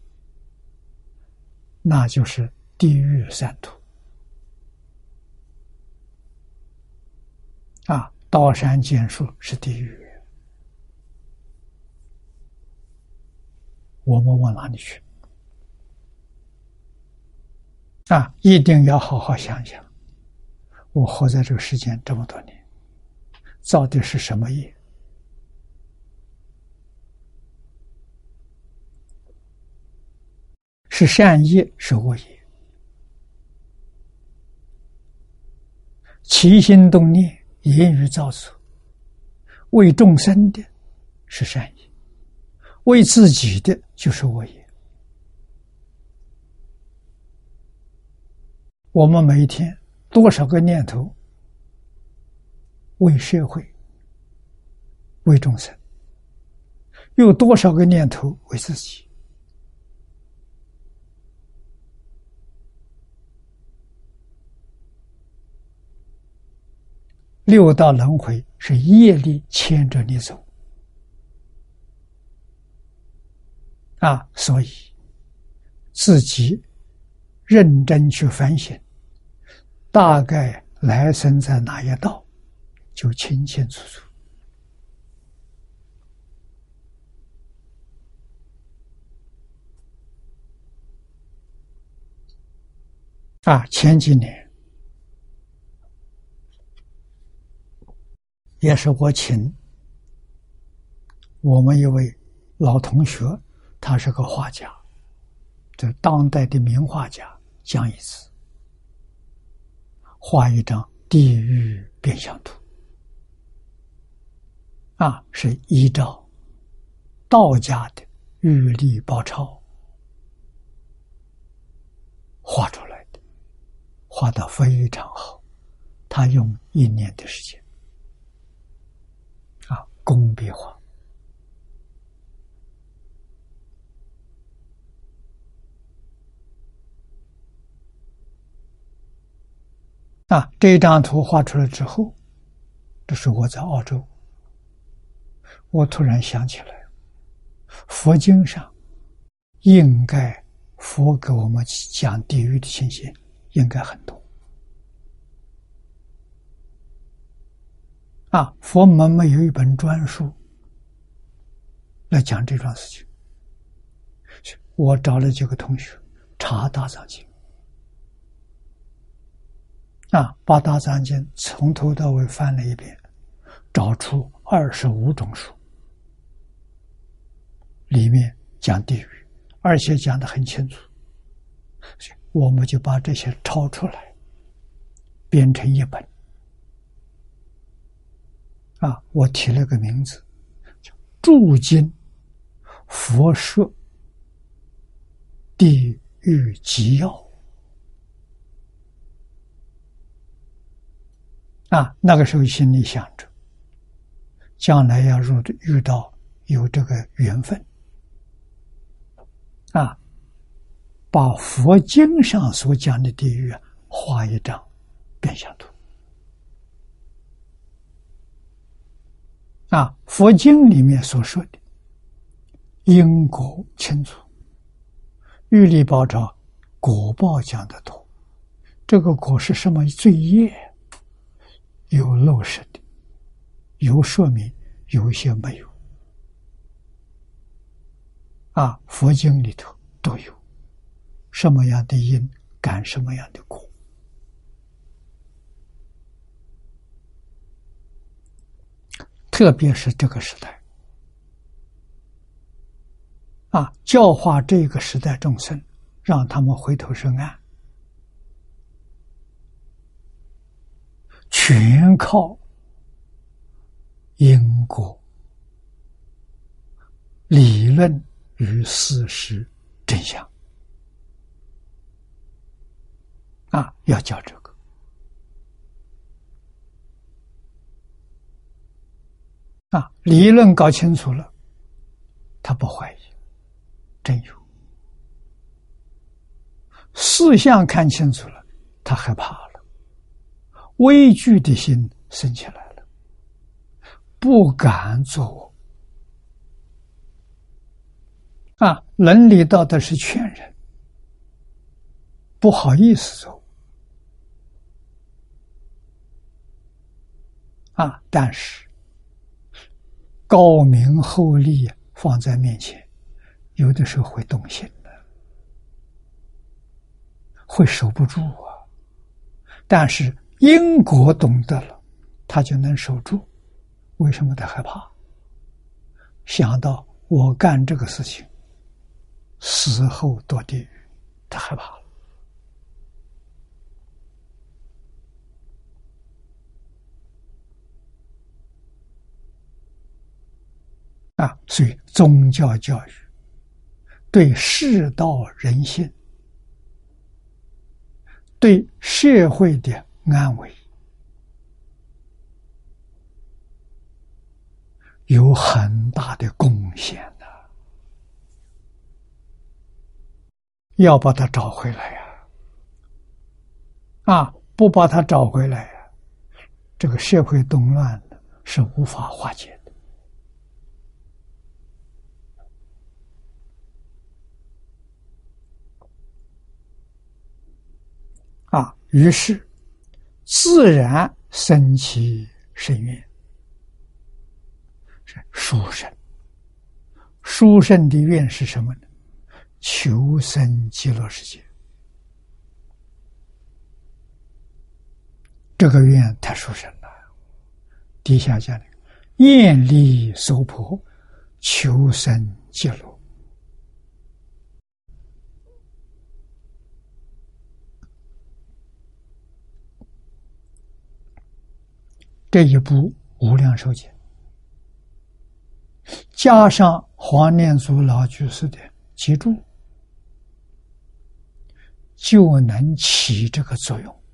那就是地狱三途。啊，道山见树是地狱，我们往哪里去？啊，一定要好好想想，我活在这个世间这么多年，造的是什么业？是善业，是恶业？起心动念，言语造作，为众生的是善业，为自己的就是恶业。我们每一天多少个念头为社会、为众生，有多少个念头为自己？六道轮回是业力牵着你走啊，所以自己认真去反省，大概来生在哪一道，就清清楚楚。啊，前几年也是我请我们一位老同学，他是个画家，这当代的名画家，讲一次，画一张地狱变相图。啊，是依照道家的玉历宝钞画出来的，画得非常好，他用1年的时间。啊，工笔画。啊，这张图画出来之后，这是我在澳洲，我突然想起来，佛经上应该佛给我们讲地狱的情形应该很多。啊，佛门没有一本专书来讲这桩事情。我找了几个同学查大藏经，啊，把大藏经从头到尾翻了一遍，找出25种书，里面讲地狱，而且讲得很清楚。我们就把这些抄出来，编成一本。啊，我提了个名字，叫《注经佛说地狱集要》。啊，那个时候心里想着，将来要遇到有这个缘分，啊，把佛经上所讲的地狱画一张变相图。 佛经里面所说的因果清楚，欲力报照，果报讲得多。这个果是什么罪业？有落实的，有说明，有一些没有。佛经里头都有，什么样的因感什么样的果。特别是这个时代，教化这个时代众生，让他们回头是岸，全靠因果理论与事实真相。要教这个。理论搞清楚了，他不怀疑，真有；事项看清楚了，他害怕了，畏惧的心生起来了，不敢作恶。伦理道德是劝人，不好意思做。但是高明厚利放在面前，有的时候会动心的，会守不住但是因果懂得了，他就能守住。为什么他害怕？想到我干这个事情，死后堕地狱，他害怕了。所以宗教教育对世道人性、对社会的安危有很大的贡献的。要把它找回来不把它找回来这个社会动乱是无法化解的。于是自然生起深愿，是殊胜。殊胜的愿是什么呢？求生极乐世界。这个愿太殊胜了。底下讲的愿力娑婆，求生极乐。这一部无量寿经，加上黄念祖老居士的集注，就能起这个作用。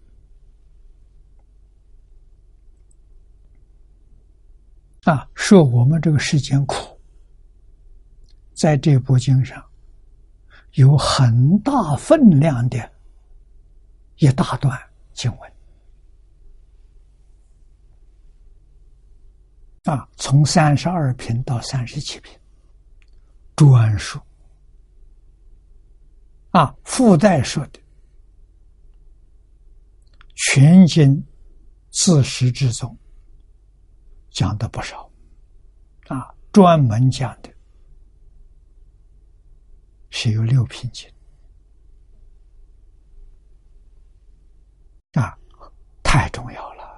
说我们这个世间苦，在这部经上有很大分量的一大段经文。从32品到37品专述附带说的全经自始至终讲的不少专门讲的是有6品经太重要了。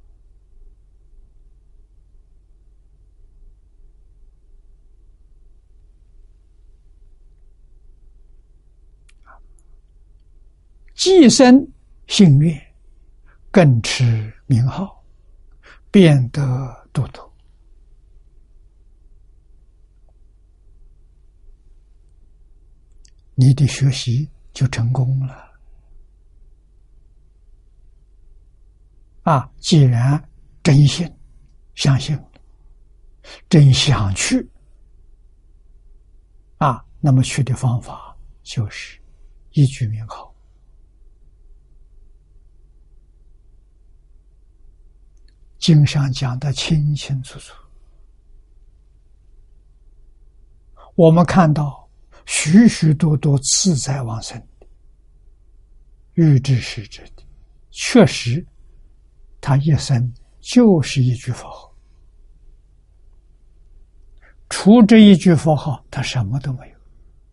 既生信愿，更持名号，便得度脱。你的学习就成功了。既然真信相信了，真想去那么去的方法就是依据名号。经上讲得清清楚楚， 我们看到许许多多自在往生的欲知时之的，确实他一生就是一句佛号，除这一句佛号他什么都没有。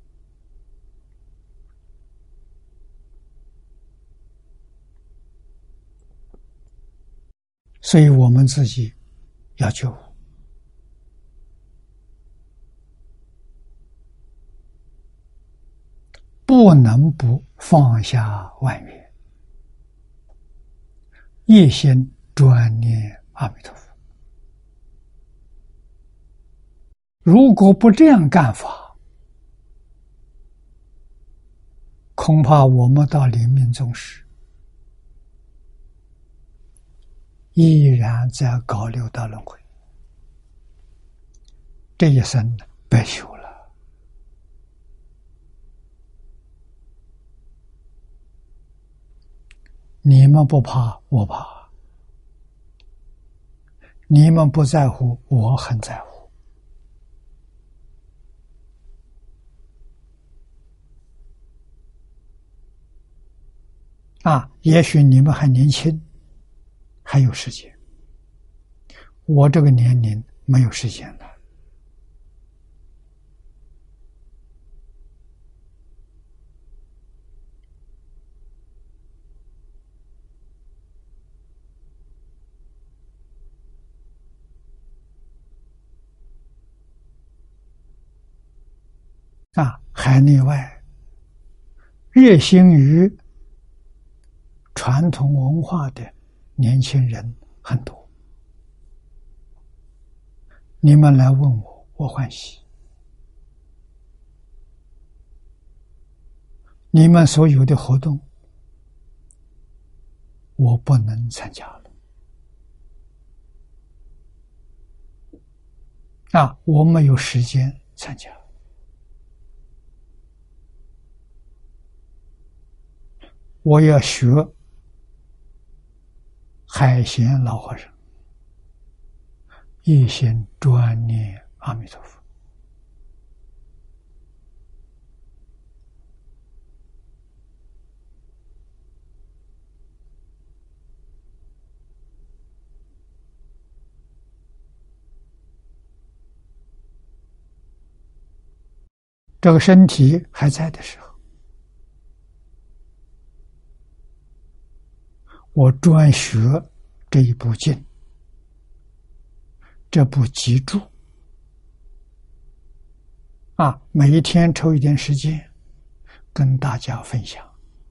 所以我们自己要觉悟，不能不放下万缘，一心专念阿弥陀佛。如果不这样干法，恐怕我们到临命终时依然在搞六道轮回，这一生白修了。你们不怕，我怕；你们不在乎，我很在乎。也许你们还年轻，还有时间，我这个年龄没有时间了。海内外热心于传统文化的年轻人很多，你们来问我，我欢喜。你们所有的活动，我不能参加了。我没有时间参加。我要学海贤老和尚，一心专念阿弥陀佛。这个身体还在的时候，我专学这一部经，这部集注每一天抽一点时间跟大家分享。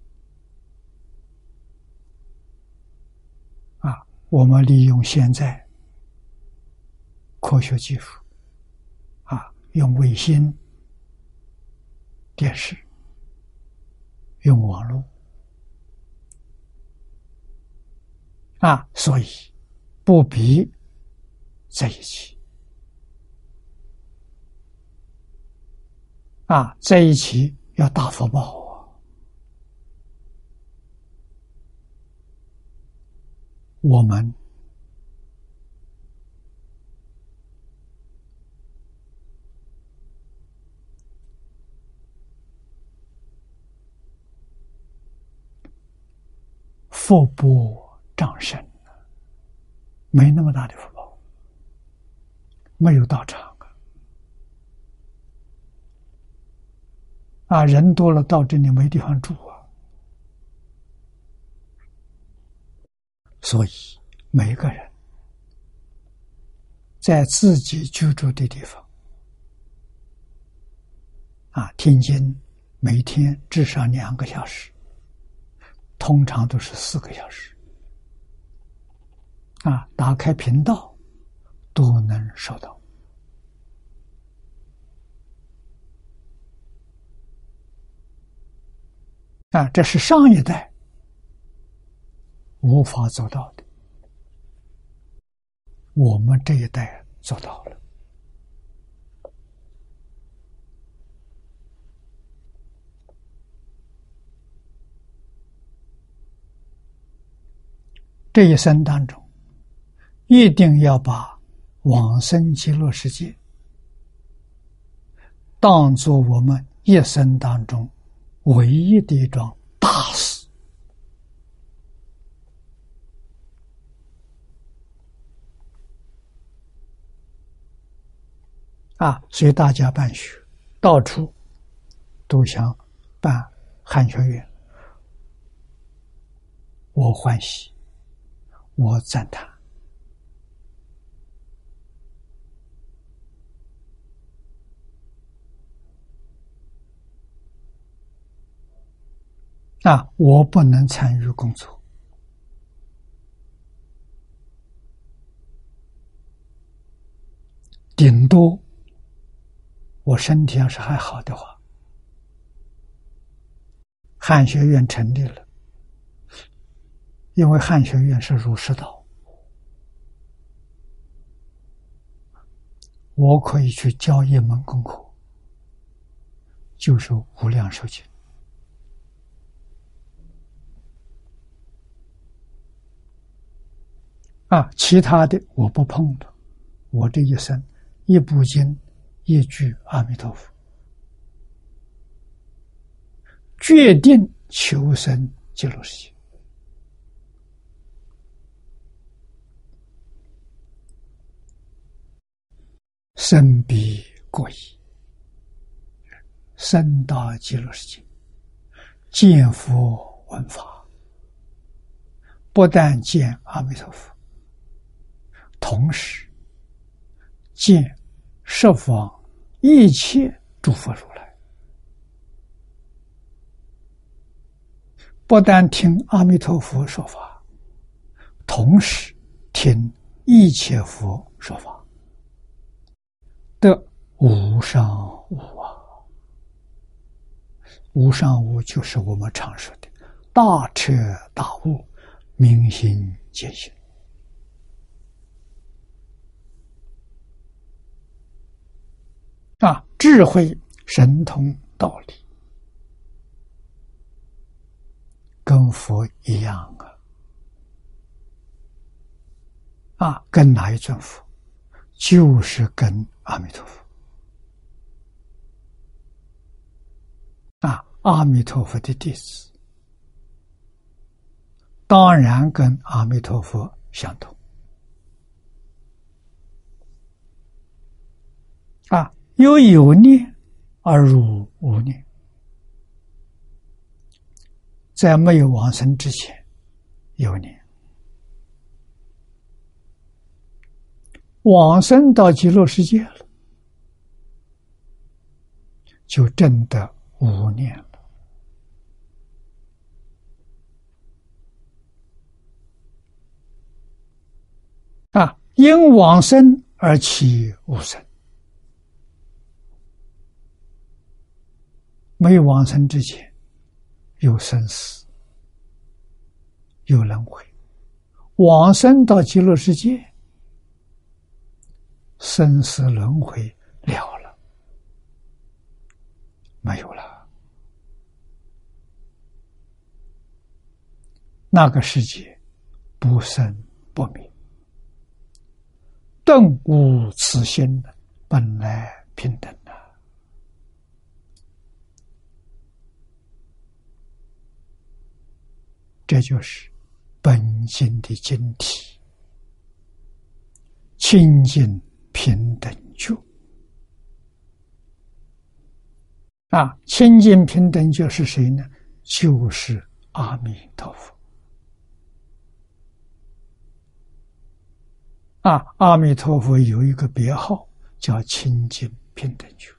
我们利用现在科学技术用卫星、电视、用网络所以不必在一起在一起要大福报我们福薄障深，没那么大的福报，没有道场人多了到这里没地方住所以每个人在自己居住的地方听经，每天至少2个小时，通常都是4个小时打开频道都能收到这是上一代无法做到的，我们这一代做到了。这一生当中，一定要把往生极乐世界当作我们一生当中唯一的一桩大事啊！所以大家办学，到处都想办汉学院，我欢喜，我赞叹。啊，我不能参与工作，顶多我身体要是还好的话，汉学院成立了，因为汉学院是儒释道，我可以去教一门功课，就是无量寿经。啊，其他的我不碰了。我这一生一部经，一句阿弥陀佛，决定求生极乐世界。生彼过矣，生到极乐世界，见佛闻法，不但见阿弥陀佛，同时见十方一切诸佛如来，不但听阿弥陀佛说法，同时听一切佛说法，得无上悟啊！无上悟就是我们常说的大彻大悟，明心见性。啊，智慧神通道理跟佛一样啊！跟哪一尊佛？就是跟阿弥陀佛啊！阿弥陀佛的弟子当然跟阿弥陀佛相同啊！有念而入无念，在没有往生之前有念，往生到极乐世界了，就证得无念了啊！因往生而起无生，没有往生之前有生死，有轮回，往生到极乐世界，生死轮回了了，没有了。那个世界不生不灭，顿悟此心，本来平等啊！这就是本经的经体，清净平等觉啊！清净平等觉是谁呢？就是阿弥陀佛啊！阿弥陀佛有一个别号叫清净平等觉，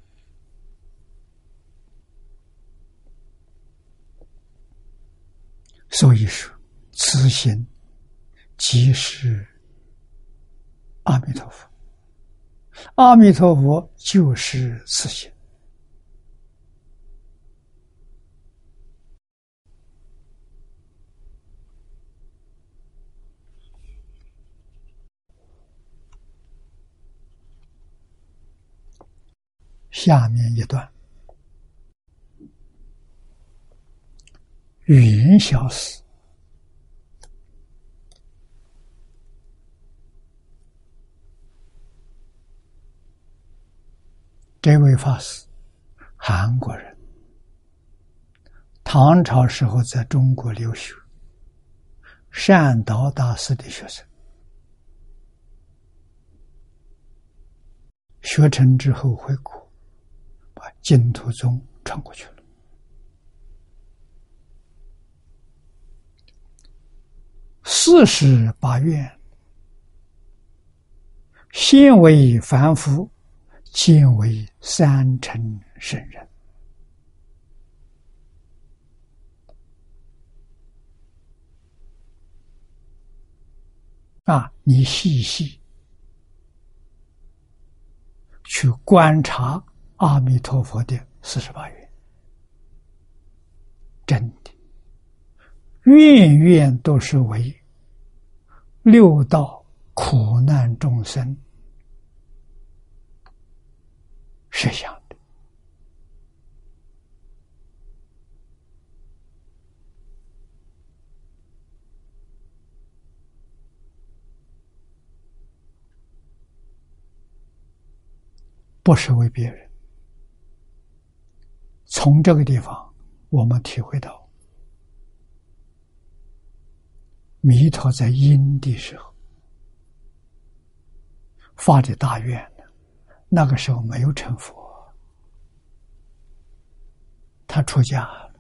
所以说此心即是阿弥陀佛，阿弥陀佛就是此心。下面一段，语言消失，这位法师韩国人，唐朝时候在中国留学，善导大师的学生，学成之后回国，把净土宗传过去了。48愿，先为凡夫，渐为三乘圣人。你细细去观察阿弥陀佛的48愿，真的，愿愿都是为六道苦难众生设想的。不是为别人。从这个地方，我们体会到，弥陀在因的时候发的大愿呢，那个时候没有成佛，他出家了，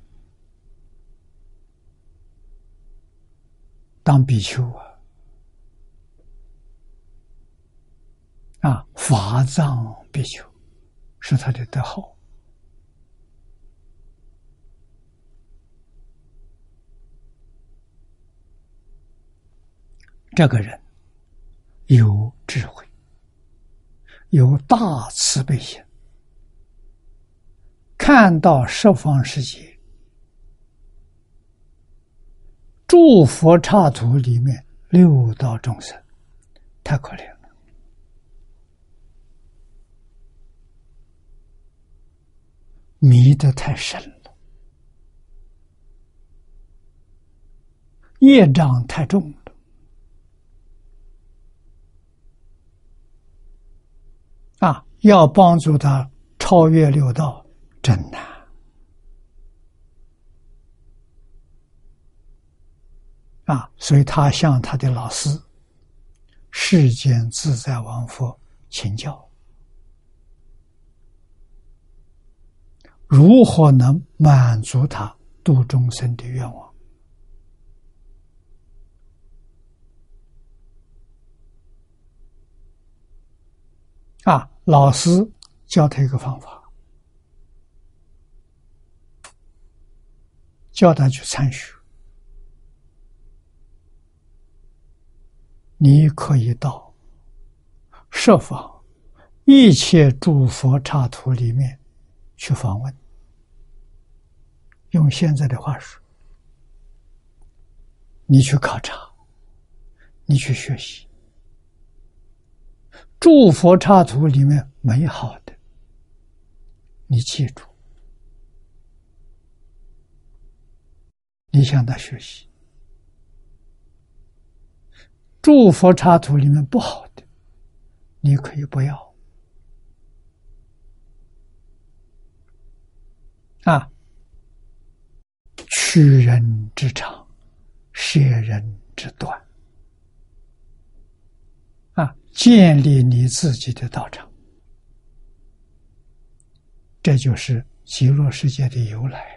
当比丘法藏比丘是他的德号。这个人有智慧，有大慈悲心，看到十方世界诸佛刹土里面六道众生，太可怜了。迷得太深了，业障太重了。要帮助他超越六道，真难。所以他向他的老师世间自在王佛请教，如何能满足他度众生的愿望。老师教他一个方法，叫他去参学。你可以到设法一切诸佛刹土里面去访问，用现在的话说，你去考察，你去学习。诸佛刹土里面美好的，你记住，你向他学习。诸佛刹土里面不好的，你可以不要。取人之长，舍人之短。建立你自己的道场，这就是极乐世界的由来。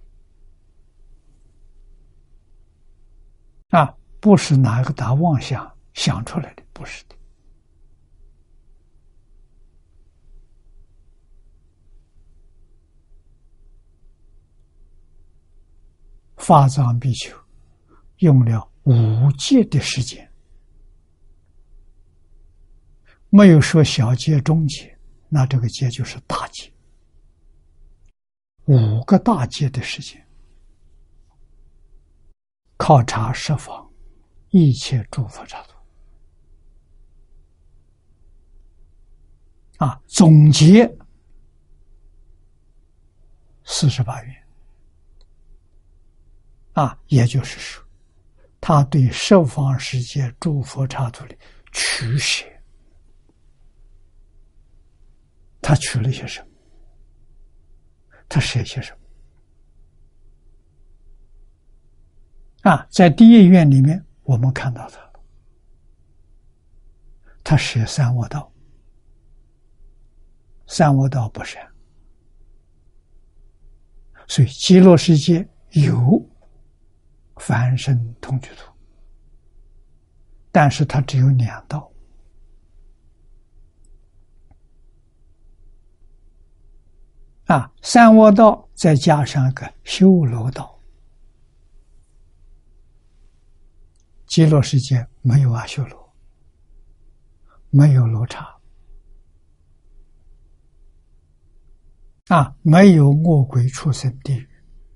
不是哪个大妄想想出来的，不是的。法藏比丘用了5劫的时间，没有说小劫中劫，那这个劫就是大劫，5个大劫的时间，考察十方一切诸佛刹土，总结48愿，也就是说，他对十方世界诸佛刹土的取舍，他取了些什么？ 他舍些什么？在第一愿里面，我们看到他舍三恶道，三恶道不善，所以极乐世界有凡圣同居土，但是它只有2道。三恶道再加上一个修罗道，极乐世界没有阿修罗，没有罗刹，没有恶鬼畜生地狱。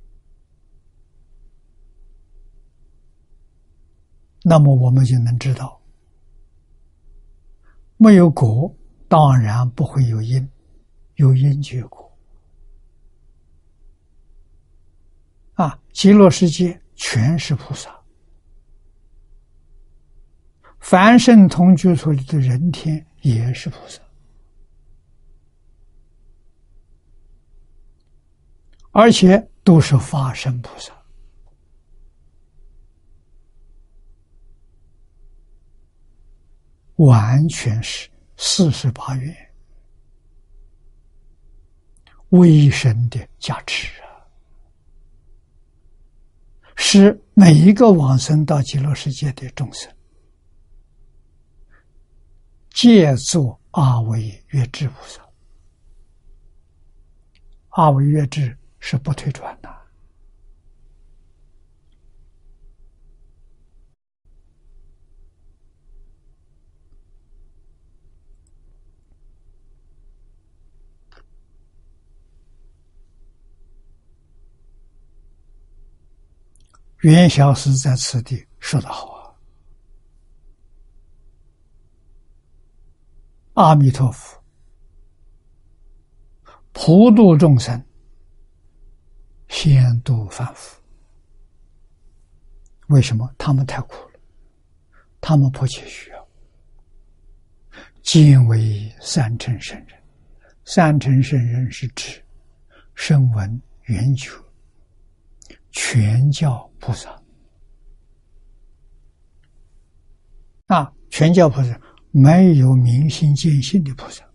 那么我们就能知道，没有果，当然不会有因，有因就有果。极乐世界全是菩萨，凡圣同居土里的人天也是菩萨，而且都是法身菩萨。完全是48愿微神的加持是每一个往生到极乐世界的众生皆作阿惟越致菩萨。阿惟越致是不退转的。元宵师在此地说得好阿弥陀佛普度众生，先度凡夫。为什么？他们太苦了，他们迫切需要。今为三乘圣人，三乘圣人是指声闻、缘觉、全教菩萨。全教菩萨没有明心见性的菩萨。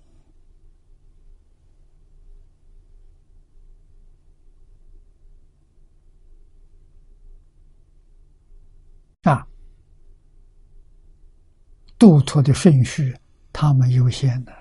度脱的顺序他们优先的。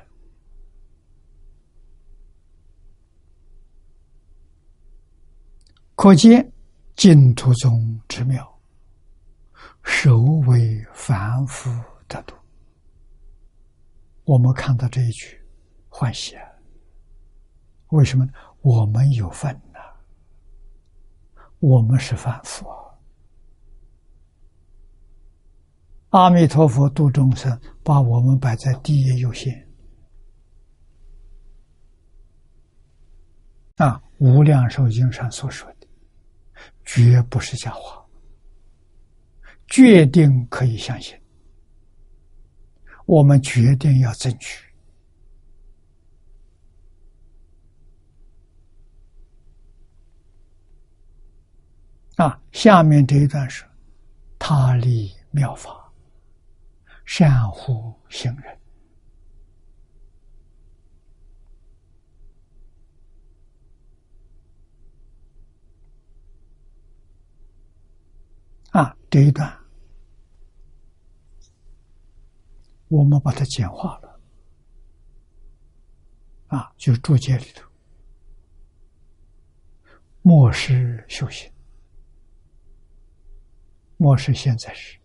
可见净土宗之妙，首为凡夫得度。我们看到这一句欢喜为什么？我们有份我们是凡夫阿弥陀佛度众生，把我们摆在第一优先。无量寿经上所说的，绝不是假话，决定可以相信。我们决定要争取。下面这一段是他立妙法，善护行人。这一段我们把它简化了就是注解里头，末世修行，末世现在是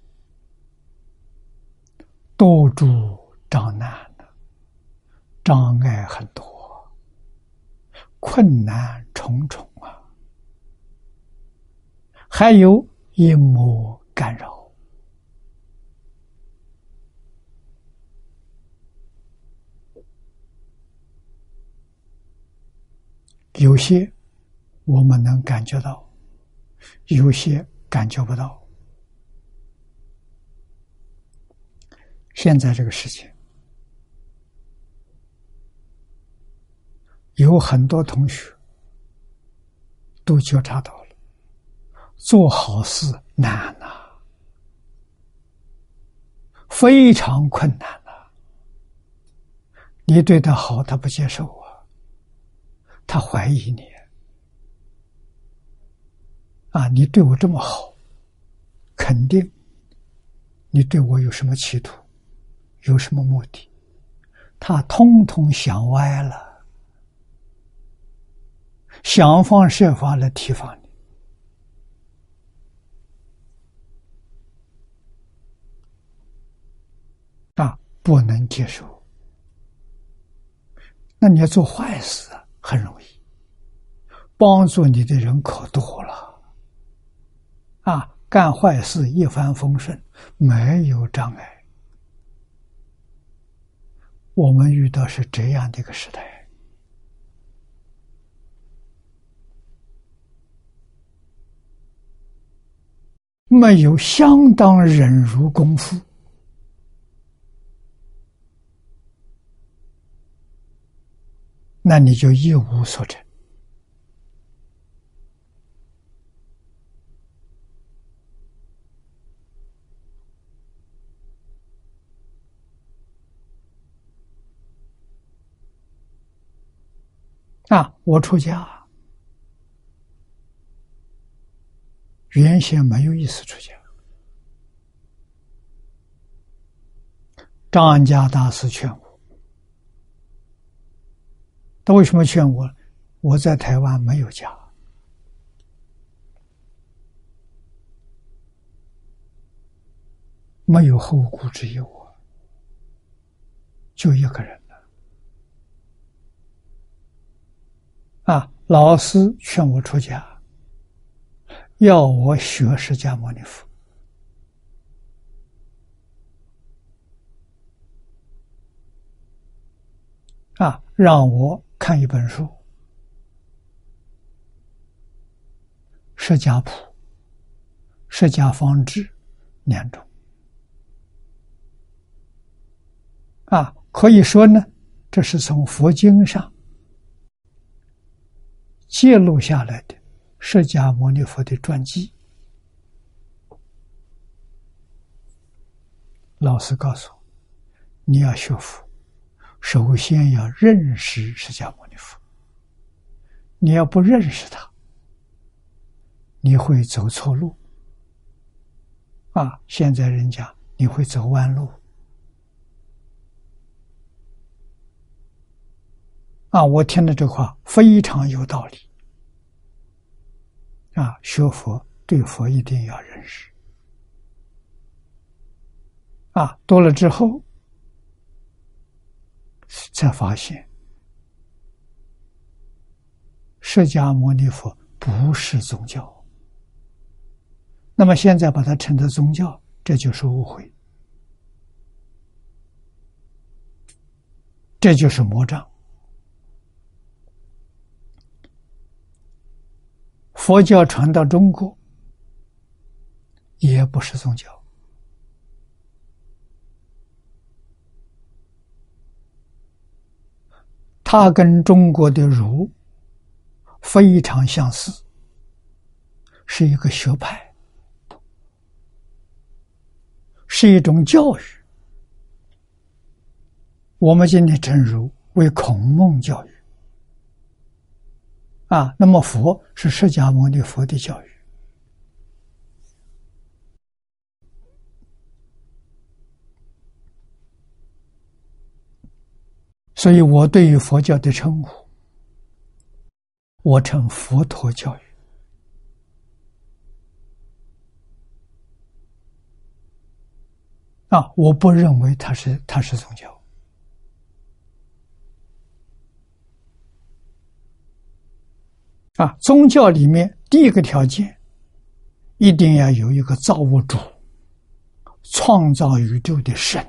多诸障难的，障碍很多，困难重重还有阴魔干扰。有些我们能感觉到，有些感觉不到。现在这个事情，有很多同学都觉察到了，做好事难呐，非常困难呐。你对他好，他不接受啊，他怀疑你啊，你对我这么好，肯定你对我有什么企图，有什么目的，他通通想歪了，想方设法来提防你啊，不能接受。那你要做坏事啊，很容易，帮助你的人可多了啊，干坏事一帆风顺，没有障碍。我们遇到是这样的一个时代，没有相当忍辱功夫，那你就一无所成。啊，我出家，原先没有意思出家。张家大师劝我，他为什么劝我？我在台湾没有家，没有后顾之忧啊，就一个人了。啊，老师劝我出家，要我学释迦牟尼佛。啊，让我看一本书，释迦谱、释迦方志2种。啊，可以说呢，这是从佛经上记录下来的释迦牟尼佛的传记。老师告诉我，你要学佛，首先要认识释迦牟尼佛。你要不认识他，你会走错路。啊，现在人家你会走弯路。啊，我听了这话非常有道理。啊，学佛对佛一定要认识。啊，多了之后，才发现释迦牟尼佛不是宗教。那么现在把它称作宗教，这就是误会，这就是魔障。佛教传到中国，也不是宗教。它跟中国的儒非常相似，是一个学派，是一种教育。我们今天称儒为孔孟教育。啊，那么佛是释迦牟尼佛的教育。所以我对于佛教的称呼，我称佛陀教育。啊，我不认为它是宗教。啊，宗教里面第一个条件，一定要有一个造物主，创造宇宙的神。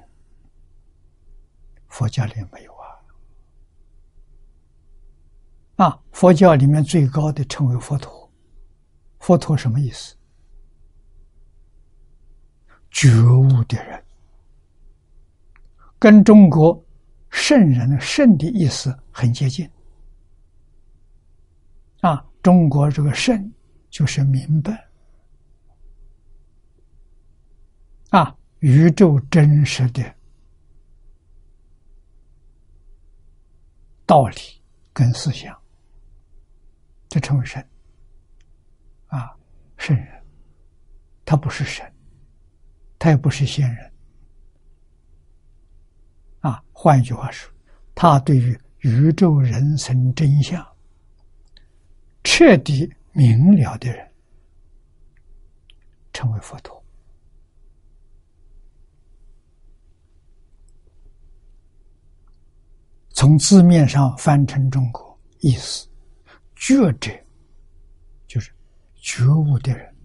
佛教里没有啊。啊，佛教里面最高的称为佛陀。佛陀什么意思？觉悟的人，跟中国圣人圣的意思很接近。啊， 中国这个圣就是明白宇宙真实的道理跟思想，这称为神圣人，他不是神，他也不是仙人换一句话说，他对于宇宙人生真相彻底明了的人称为佛陀。从字面上翻成中国意思，觉者就是觉悟的人。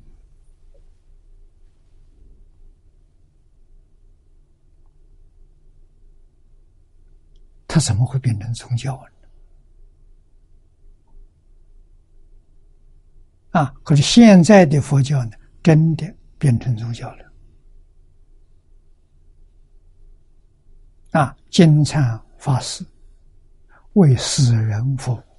他怎么会变成宗教呢？可是现在的佛教呢，真的变成宗教了。金蝉法师为死人服务，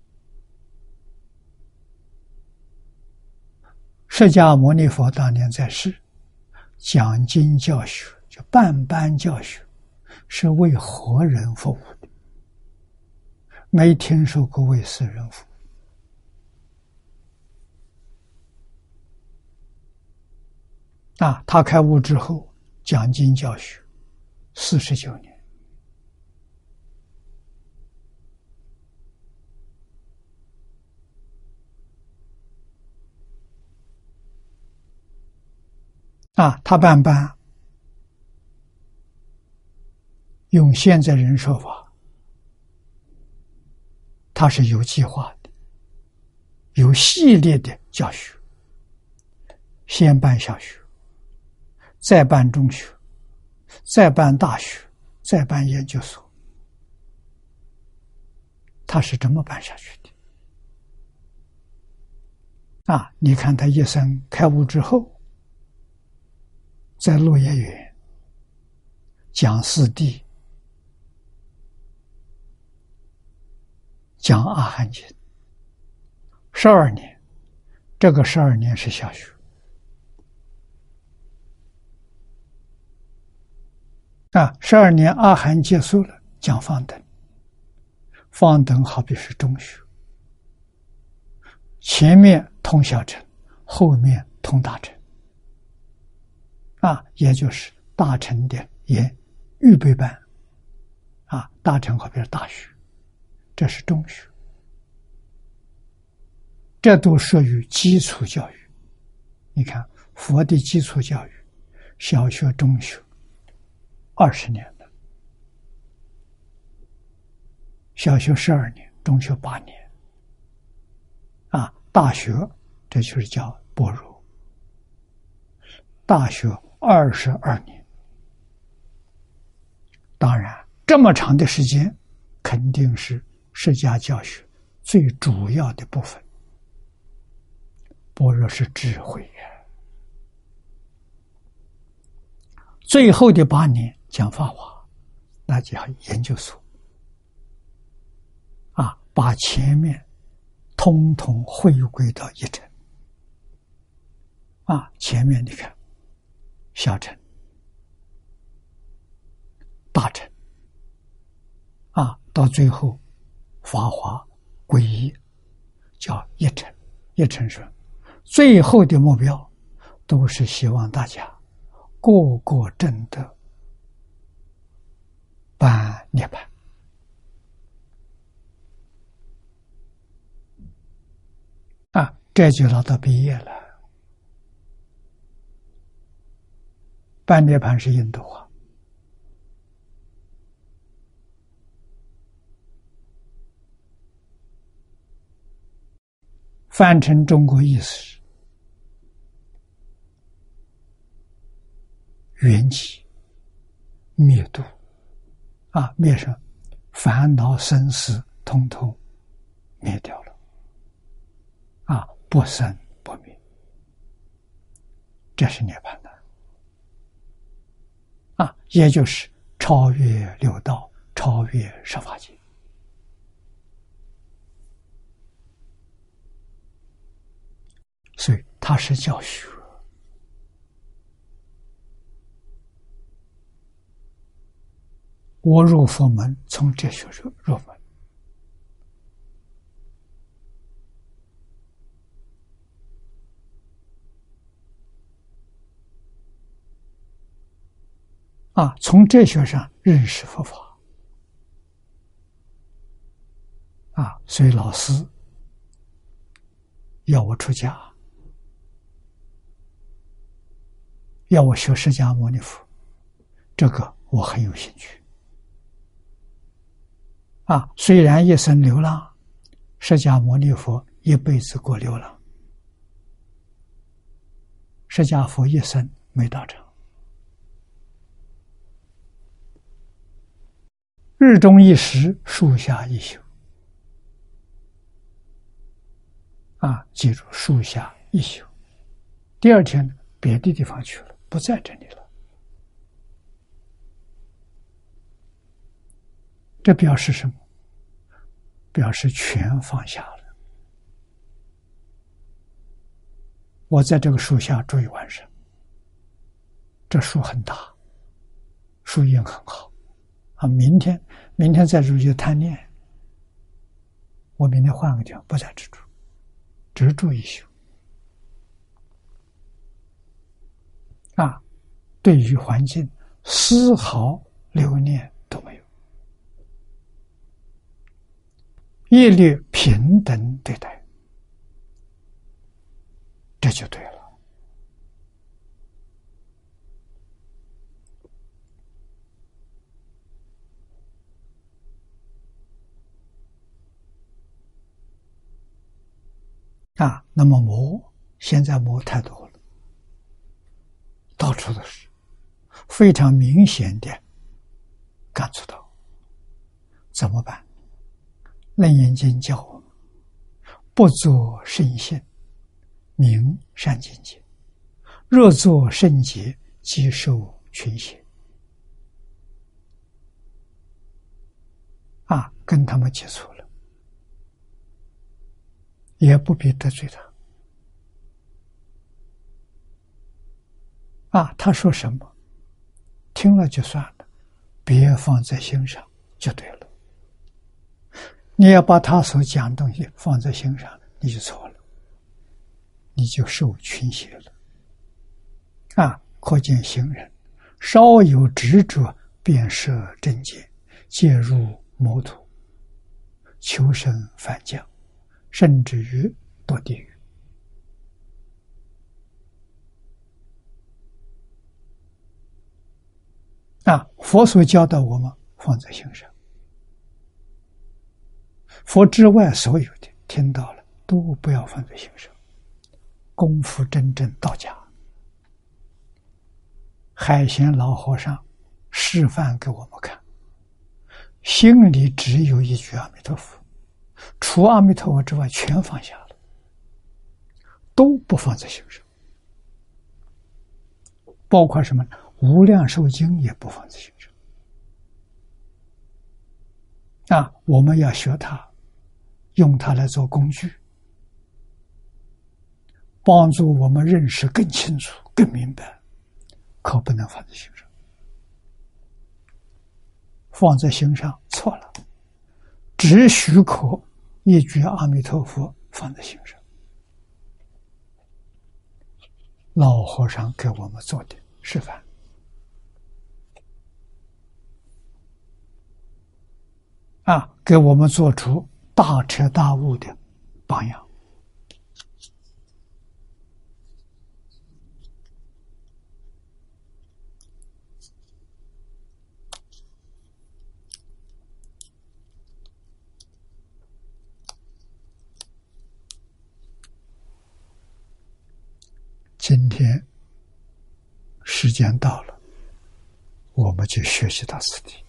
释迦牟尼佛当年在世讲经教学，就办班教学，是为活人服务的，没听说过为死人服务。他开悟之后讲经教学49年。他办班用现在人说法，他是有计划的，有系列的教学，先办小学，再办中学，再办大学，再办研究所，他是这么办下去的。你看他一生开悟之后，在落叶园讲四谛，讲阿含经12年，这个12年是小学。12年阿含结束了，讲方等。方等好比是中学，前面通小乘，后面通大乘。也就是大乘的预备班。大乘好比是大学，这是中学。这都属于基础教育。你看佛的基础教育，小学、中学20年了，小学12年，中学8年。大学这就是叫般若，大学22年。当然这么长的时间肯定是释迦教学最主要的部分。般若是智慧呀。最后的8年讲法华，那叫研究所。把前面通通回归到一乘。前面你看小乘、大乘，到最后法华归一，叫一乘。一乘说最后的目标都是希望大家个个证得般涅槃。这就拿到毕业了。般涅槃是印度话，翻成中国意思是圆寂、灭度。灭上烦恼生死统统灭掉了。不生不灭，这是涅槃的。也就是超越六道，超越十法界。 所以它是教学。我入佛门，从哲学入门。从哲学上认识佛法。所以老师要我出家，要我学释迦牟尼佛，这个我很有兴趣。虽然一生流浪，释迦牟尼佛一辈子过流浪，释迦佛一生没道场，日中一时，树下一宿。记住，树下一宿。第二天别的地方去了，不在这里了。这表示什么？表示全放下了。我在这个树下住一晚上，这树很大，树荫很好。明天再出去贪恋，我明天换个地方，不在这住，只住一宿。对于环境丝毫留念都没有，一律平等对待，这就对了。那么现在太多了，到处都是，非常明显的感触到。怎么办？楞严经教我们不作圣性，名善境界；若作圣洁，即受群邪。跟他们接触了，也不必得罪他。他说什么，听了就算了，别放在心上就对了。你要把他所讲的东西放在心上，你就错了，你就受群邪了。可见行人稍有执着，便设正见，介入魔途，求生反降，甚至于堕地狱。佛所教导我们放在心上，佛之外所有的听到了都不要放在心上。功夫真正到家，海贤老和尚示范给我们看，心里只有一句阿弥陀佛，除阿弥陀佛之外全放下了，都不放在心上。包括什么？无量寿经也不放在心上。我们要学它，用它来做工具，帮助我们认识更清楚、更明白，可不能放在心上。放在心上错了，只许可一句阿弥陀佛放在心上。老和尚给我们做的示范。给我们做出大彻大悟的榜样。今天时间到了，我们就学习到此地。